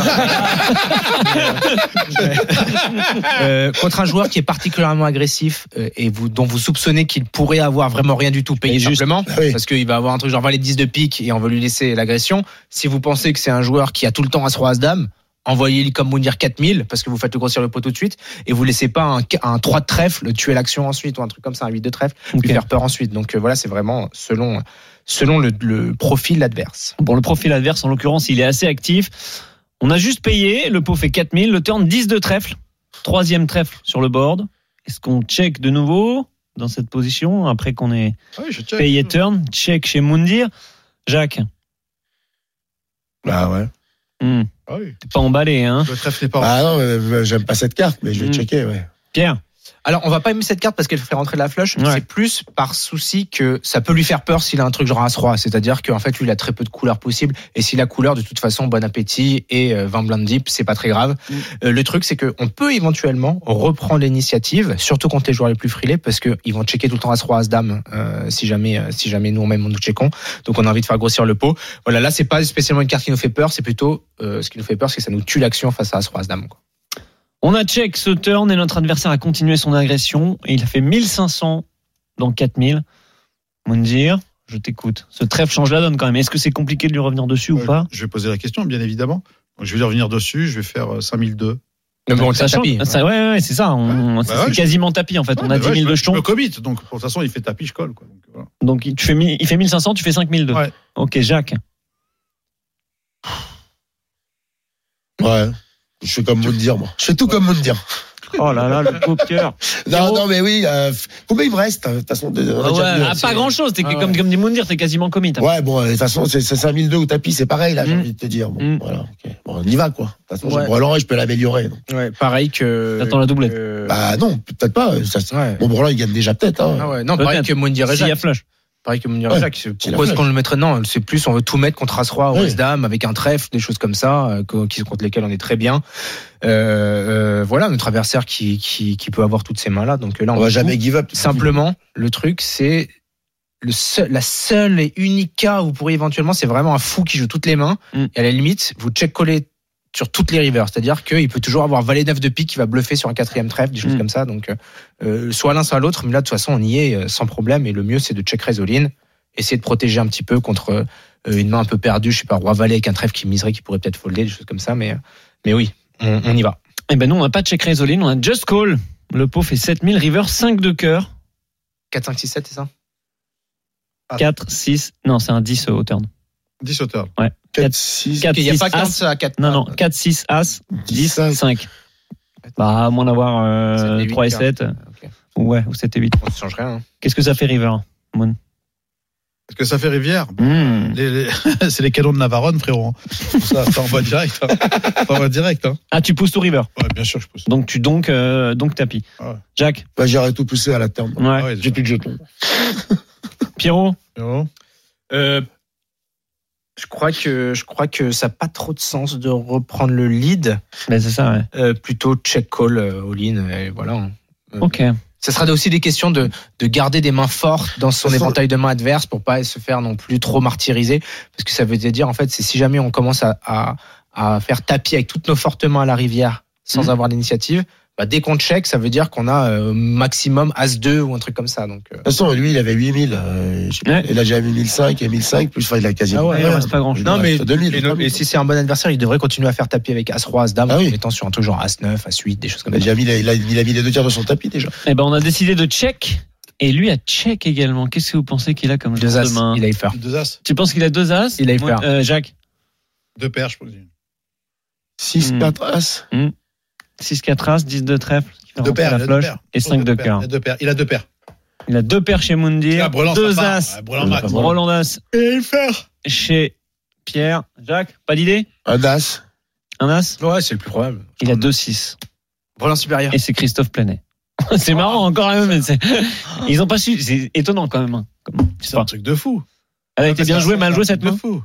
euh, contre un joueur qui est particulièrement agressif euh, et vous, dont vous soupçonnez qu'il pourrait avoir vraiment rien du tout payé Et juste- simplement, Ah oui. parce qu'il va avoir un truc genre valet dix de pique et on veut lui laisser l'agression. Si vous pensez que c'est un joueur qui a tout le temps as roi as dame, envoyez-lui comme Mounir quatre mille parce que vous faites le grossir le pot tout de suite et vous laissez pas un, un trois de trèfle tuer l'action ensuite ou un truc comme ça, un huit de trèfle, Ok. lui faire peur ensuite. Donc euh, voilà, c'est vraiment selon selon le, le profil adverse. Bon, le profil adverse, en l'occurrence, il est assez actif. On a juste payé. Le pot fait quatre mille. Le turn dix de trèfle. Troisième trèfle sur le board. Est-ce qu'on check de nouveau dans cette position après qu'on ait Ah oui, je check. payé turn? Check chez Moundir. Jacques. Bah ouais. Hmm. Ah oui. T'es pas emballé, hein? Le trèfle n'est pas. Ah non, euh, j'aime pas cette carte, mais je vais Mm. checker, ouais. Pierre. Alors, on va pas aimer cette carte parce qu'elle fait rentrer la flush. Ouais. C'est plus par souci que ça peut lui faire peur s'il a un truc genre as-roi. C'est-à-dire qu'en fait, lui, il a très peu de couleurs possibles. Et si la couleur, de toute façon, bon appétit et euh, vingt blindes deep, c'est pas très grave. Mm. Euh, le truc, c'est qu'on peut éventuellement reprendre l'initiative, surtout contre les joueurs les plus frilés, parce qu'ils vont checker tout le temps as-roi, as-dame, euh, si jamais, euh, si jamais nous, même, nous checkons. Donc, on a envie de faire grossir le pot. Voilà, là, c'est pas spécialement une carte qui nous fait peur. C'est plutôt, euh, ce qui nous fait peur, c'est que ça nous tue l'action face à as-roi, as-dame, quoi. On a check ce turn et notre adversaire a continué son agression et il a fait mille cinq cents dans quatre mille. Moundir, je t'écoute. Ce trèfle change la donne quand même. Est-ce que c'est compliqué de lui revenir dessus euh, ou pas? Je vais poser la question, bien évidemment. Je vais lui revenir dessus, je vais faire cinq mille deux. Mais bon, ça change. tapis. Ça, ouais, ouais, c'est ça. On, Ouais, c'est, bah ouais, c'est quasiment tapis en fait. Ouais, on a bah dix ouais, mille je de me- Je jetons. me commit, donc de toute façon, il fait tapis, je colle. Quoi. Donc, voilà. Donc tu fais, mi- il fait mille cinq cents, tu fais cinq mille deux. Ouais. Ok, Jacques. Ouais. Je fais comme Moundir, moi. Je fais tout comme Moundir. Oh là là, le pauvre cœur. Non, non, mais oui. Euh, combien il me reste de toute façon de, on a Ah déjà ouais, vu, ah, c'est- pas grand chose. T'es Ah ouais. comme, comme dit Moundir, t'es quasiment commit. Ouais, bon, de toute façon, c'est, c'est cinq mille deux au tapis, c'est pareil, là, j'ai Mm. envie de te dire. Bon, Mm. voilà, ok. Bon, on y va, quoi. De toute façon, Ouais. j'ai Brelan et je peux l'améliorer. Donc. Ouais, pareil que. T'attends la doublette. que- Bah, non, peut-être pas. Ça, Ouais. Bon, Brelan, il gagne déjà peut-être, hein. Ah ouais, non, pareil Peut-être. que Moundir et S'il y a Jacques. flush. Pareil que Mounir Ouais, et Jacques. c'est Pourquoi la est-ce flash. qu'on le mettrait? Non, c'est plus, on veut tout mettre contre As-Roi, Ouais. As-Dame, avec un trèfle, des choses comme ça, euh, co- qui, contre lesquelles on est très bien. Euh, euh, voilà, notre adversaire qui, qui, qui peut avoir toutes ces mains-là. Donc là, on, On va joue. jamais give up. Simplement, le truc, c'est le seul, la seule et unique cas où vous pourriez éventuellement, c'est vraiment un fou qui joue toutes les mains. Mm. Et à la limite, vous check-collez sur toutes les rivers. C'est-à-dire qu'il peut toujours avoir valet neuf de pique qui va bluffer sur un quatrième trèfle, des choses Mm. comme ça. Donc, euh, soit l'un, soit l'autre. Mais là, de toute façon, on y est euh, sans problème. Et le mieux, c'est de check raise all in. Essayer de protéger un petit peu contre euh, une main un peu perdue. Je sais pas, roi valet avec un trèfle qui miserait, qui pourrait peut-être folder, des choses comme ça. Mais, mais oui, on, on y va. Eh ben non, on n'a pas de check raise all in, on a just call. Le pot fait sept mille, river cinq de cœur. quatre, cinq, six, sept, c'est ça? quatre, six, non, c'est un dix au turn. dix auteurs. Ouais. quatre, six, quatre, Il n'y a six, pas as. quinze à quatre. Non, non, quatre, six, as, dix, cinq. cinq. Bah, à moins d'avoir euh, sept et huit, trois et cœur. sept. Ok. Ouais, ou sept et huit. On ne change rien. hein. Qu'est-ce que ça fait river, Moon? Est-ce que ça fait rivière? Hmm. Les- les- C'est les canons de Navarone, frérot. Ça, ça envoie direct. Hein. Ça envoie direct. Hein. Ah, tu pousses tout river. Ouais, bien sûr, je pousse. Donc tu donc, euh, donc tapis. Ah ouais. Jacques? Bah, j'aurais tout poussé à la terme. Ouais. Ah ouais, J'ai plus de jetons. Pierrot? frérot. Euh, je crois que je crois que ça n'a pas trop de sens de reprendre le lead. Ben c'est ça, ouais. Euh, plutôt check call euh, all in. Et voilà. Euh, Ok. Ça sera aussi des questions de, de garder des mains fortes dans son Ça sent- éventail de mains adverse pour pas se faire non plus trop martyriser. Parce que ça veut dire, en fait, c'est si jamais on commence à, à, à faire tapis avec toutes nos fortes mains à la rivière sans Mhm. avoir l'initiative, bah, dès qu'on check, ça veut dire qu'on a euh, maximum as deux ou un truc comme ça. Donc, euh, De toute façon, lui, il avait huit mille. Euh, je sais pas, Ouais. Il a déjà mis mille cinq et mille cinq, plus enfin, il a quasiment. Ah ouais, il reste pas grand-chose. Non, mais deux mille. et, no- et si c'est un bon adversaire, il devrait continuer à faire tapis avec As-Roi, As-Dame, Ah oui. en étant sur un truc genre As-neuf, As-huit, des choses comme Il a ça. déjà mis, il a, il a mis les deux tiers de son tapis déjà. Eh ben on a décidé de check. Et lui a check également. Qu'est-ce que vous pensez qu'il a comme Deux genre As, de main? il a eu peur. Deux as, Tu penses qu'il a deux as? Il a eu Moi, peur. euh, Jacques? deux paires, je pense. six, Hmm. quatre as. six, quatre as, dix de trèfle. qui fait Deux rentrer paires, la il a deux flush, paires. et cinq de Deux paires, cœur. Il a deux paires. Il a deux paires. Il a deux paires chez Moundir. Ah, Brelan, deux ça part. as. Ouais, Brelan max. Roland as Et il fait. chez Pierre. Jacques, pas d'idée? Un as. Un as? Ouais, c'est le plus probable. Il a deux six. Brelan supérieur. Et c'est Christophe Plenet. C'est marrant encore un peu, mais c'est... Ils ont pas su. C'est étonnant quand même. hein. Comme- C'est un truc de fou. Elle a été bien C'est jouée, un- mal c'est un jouée truc cette de main. fou.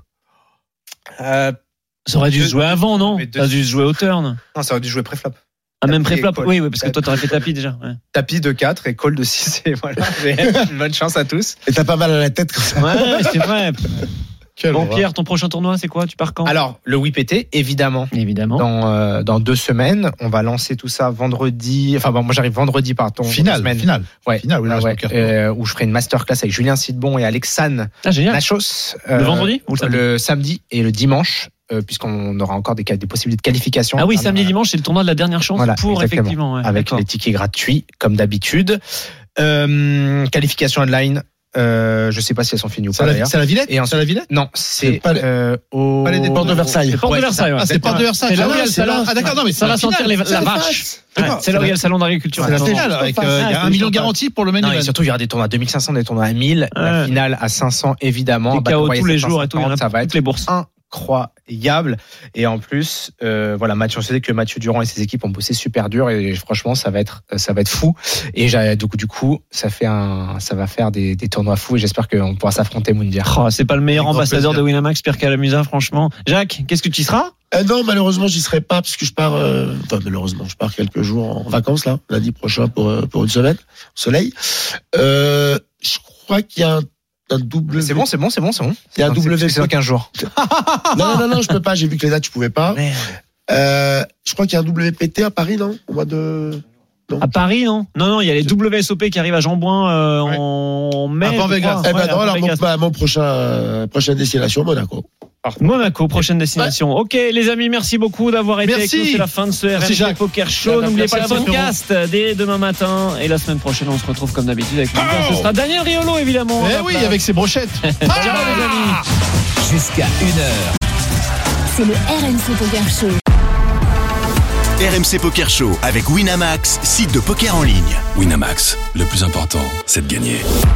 Euh, Ça aurait dû Deux- se jouer avant, non? mais deux- Ça aurait dû se jouer au turn. non, ça aurait dû jouer préflop. Ah, même Tapis et pré-flop? call. Oui, oui, parce que toi t'aurais fait tapis déjà. Ouais, Tapis de quatre et call de six. Et voilà. Bonne chance à tous. Et t'as pas mal à la tête comme ça. ouais c'est vrai. Quel Bon, horreur. Pierre, ton prochain tournoi, c'est quoi? Tu pars quand? Alors, le W P T, évidemment. Évidemment. Dans, euh, dans deux semaines, on va lancer tout ça vendredi. Enfin, bon, moi j'arrive vendredi, pardon. dans deux Finale, semaines. finale. Ouais, Finale, oui, ouais, là, ouais, Poker. euh, où je ferai une masterclass avec Julien Sidbon et Alexandre Ah, génial. Nachos. Le vendredi ou le samedi? Le samedi et le dimanche, euh, puisqu'on aura encore des, des possibilités de qualification. Ah oui, Dans- samedi, dimanche, c'est le tournoi de la dernière chance Voilà, pour, exactement. effectivement. Ouais, avec d'accord. les tickets gratuits, comme d'habitude. Euh, qualification headline. Euh, je sais pas si elles sont finies ou C'est pas à la- d'ailleurs. c'est à la Villette? Et ensuite- C'est à la Villette? Non, c'est C'est pas les- euh, au Palais des Portes de Versailles. C'est Porte Ouais, de c'est Versailles. ça. ouais. Ah, c'est Porte de Versailles. C'est là où il y a Ah, le c'est là- salon. Ah, d'accord, non, mais Ça va c'est la sentir les- finale. la C'est vache. Ouais, D'accord, c'est là où il y a le salon d'agriculture. C'est la Attends. finale avec euh, il y Ah, a un c'est million champagne. garanti pour le main Non, et event. surtout, il y aura des tournois à deux mille cinq cents, des tournois à mille, la Ouais. finale à cinq cents, évidemment. Des Battle K O Royale tous les sept cent jours et tout, il y en a cinquante, ça va toutes être les bourses. incroyable. Et en plus, euh, voilà, Mathieu, je sais que Mathieu Durand et ses équipes ont bossé super dur et franchement, ça va être, ça va être fou. Et j'ai, du coup, du coup, ça fait un, ça va faire des, des tournois fous et j'espère qu'on pourra s'affronter Moundir. Oh, c'est pas le meilleur Avec grand ambassadeur plaisir. de Winamax, Pierre Calamusa, franchement. Jacques, qu'est-ce que tu y seras? Euh, non, malheureusement, j'y serai pas parce que je pars. Euh, enfin, malheureusement, je pars quelques jours en vacances là, lundi prochain pour euh, pour une semaine, au soleil. Euh, je crois qu'il y a un, un double. C'est bon, c'est bon, c'est bon, c'est bon. Il y a un C'est- W. C'est dans quinze jours. Non, non, non, non, je peux pas. J'ai vu que les dates, je pouvais pas. Euh, je crois qu'il y a un W P T à Paris, non? Au mois de. Non. À Paris, non? Non, non, il y a les W S O P qui arrivent à Jean-Bouin euh, ouais. en mai. Avant Vegas. Eh ben ouais, non, alors mon, Vegas. bah, mon prochain, euh, prochaine destination, Monaco. Monaco, prochaine destination. Ouais. Ok, les amis, merci beaucoup d'avoir été merci. avec nous. C'est la fin de ce merci R M C Poker Show. N'oubliez pas le podcast dès demain matin. Et la semaine prochaine, on se retrouve comme d'habitude avec nous. Oh ce sera Daniel Riolo, évidemment. Eh oui, avec ses brochettes. Ciao, les amis. Jusqu'à une heure. C'est le R M C Poker Show. R M C Poker Show avec Winamax, site de poker en ligne. Winamax, le plus important, c'est de gagner.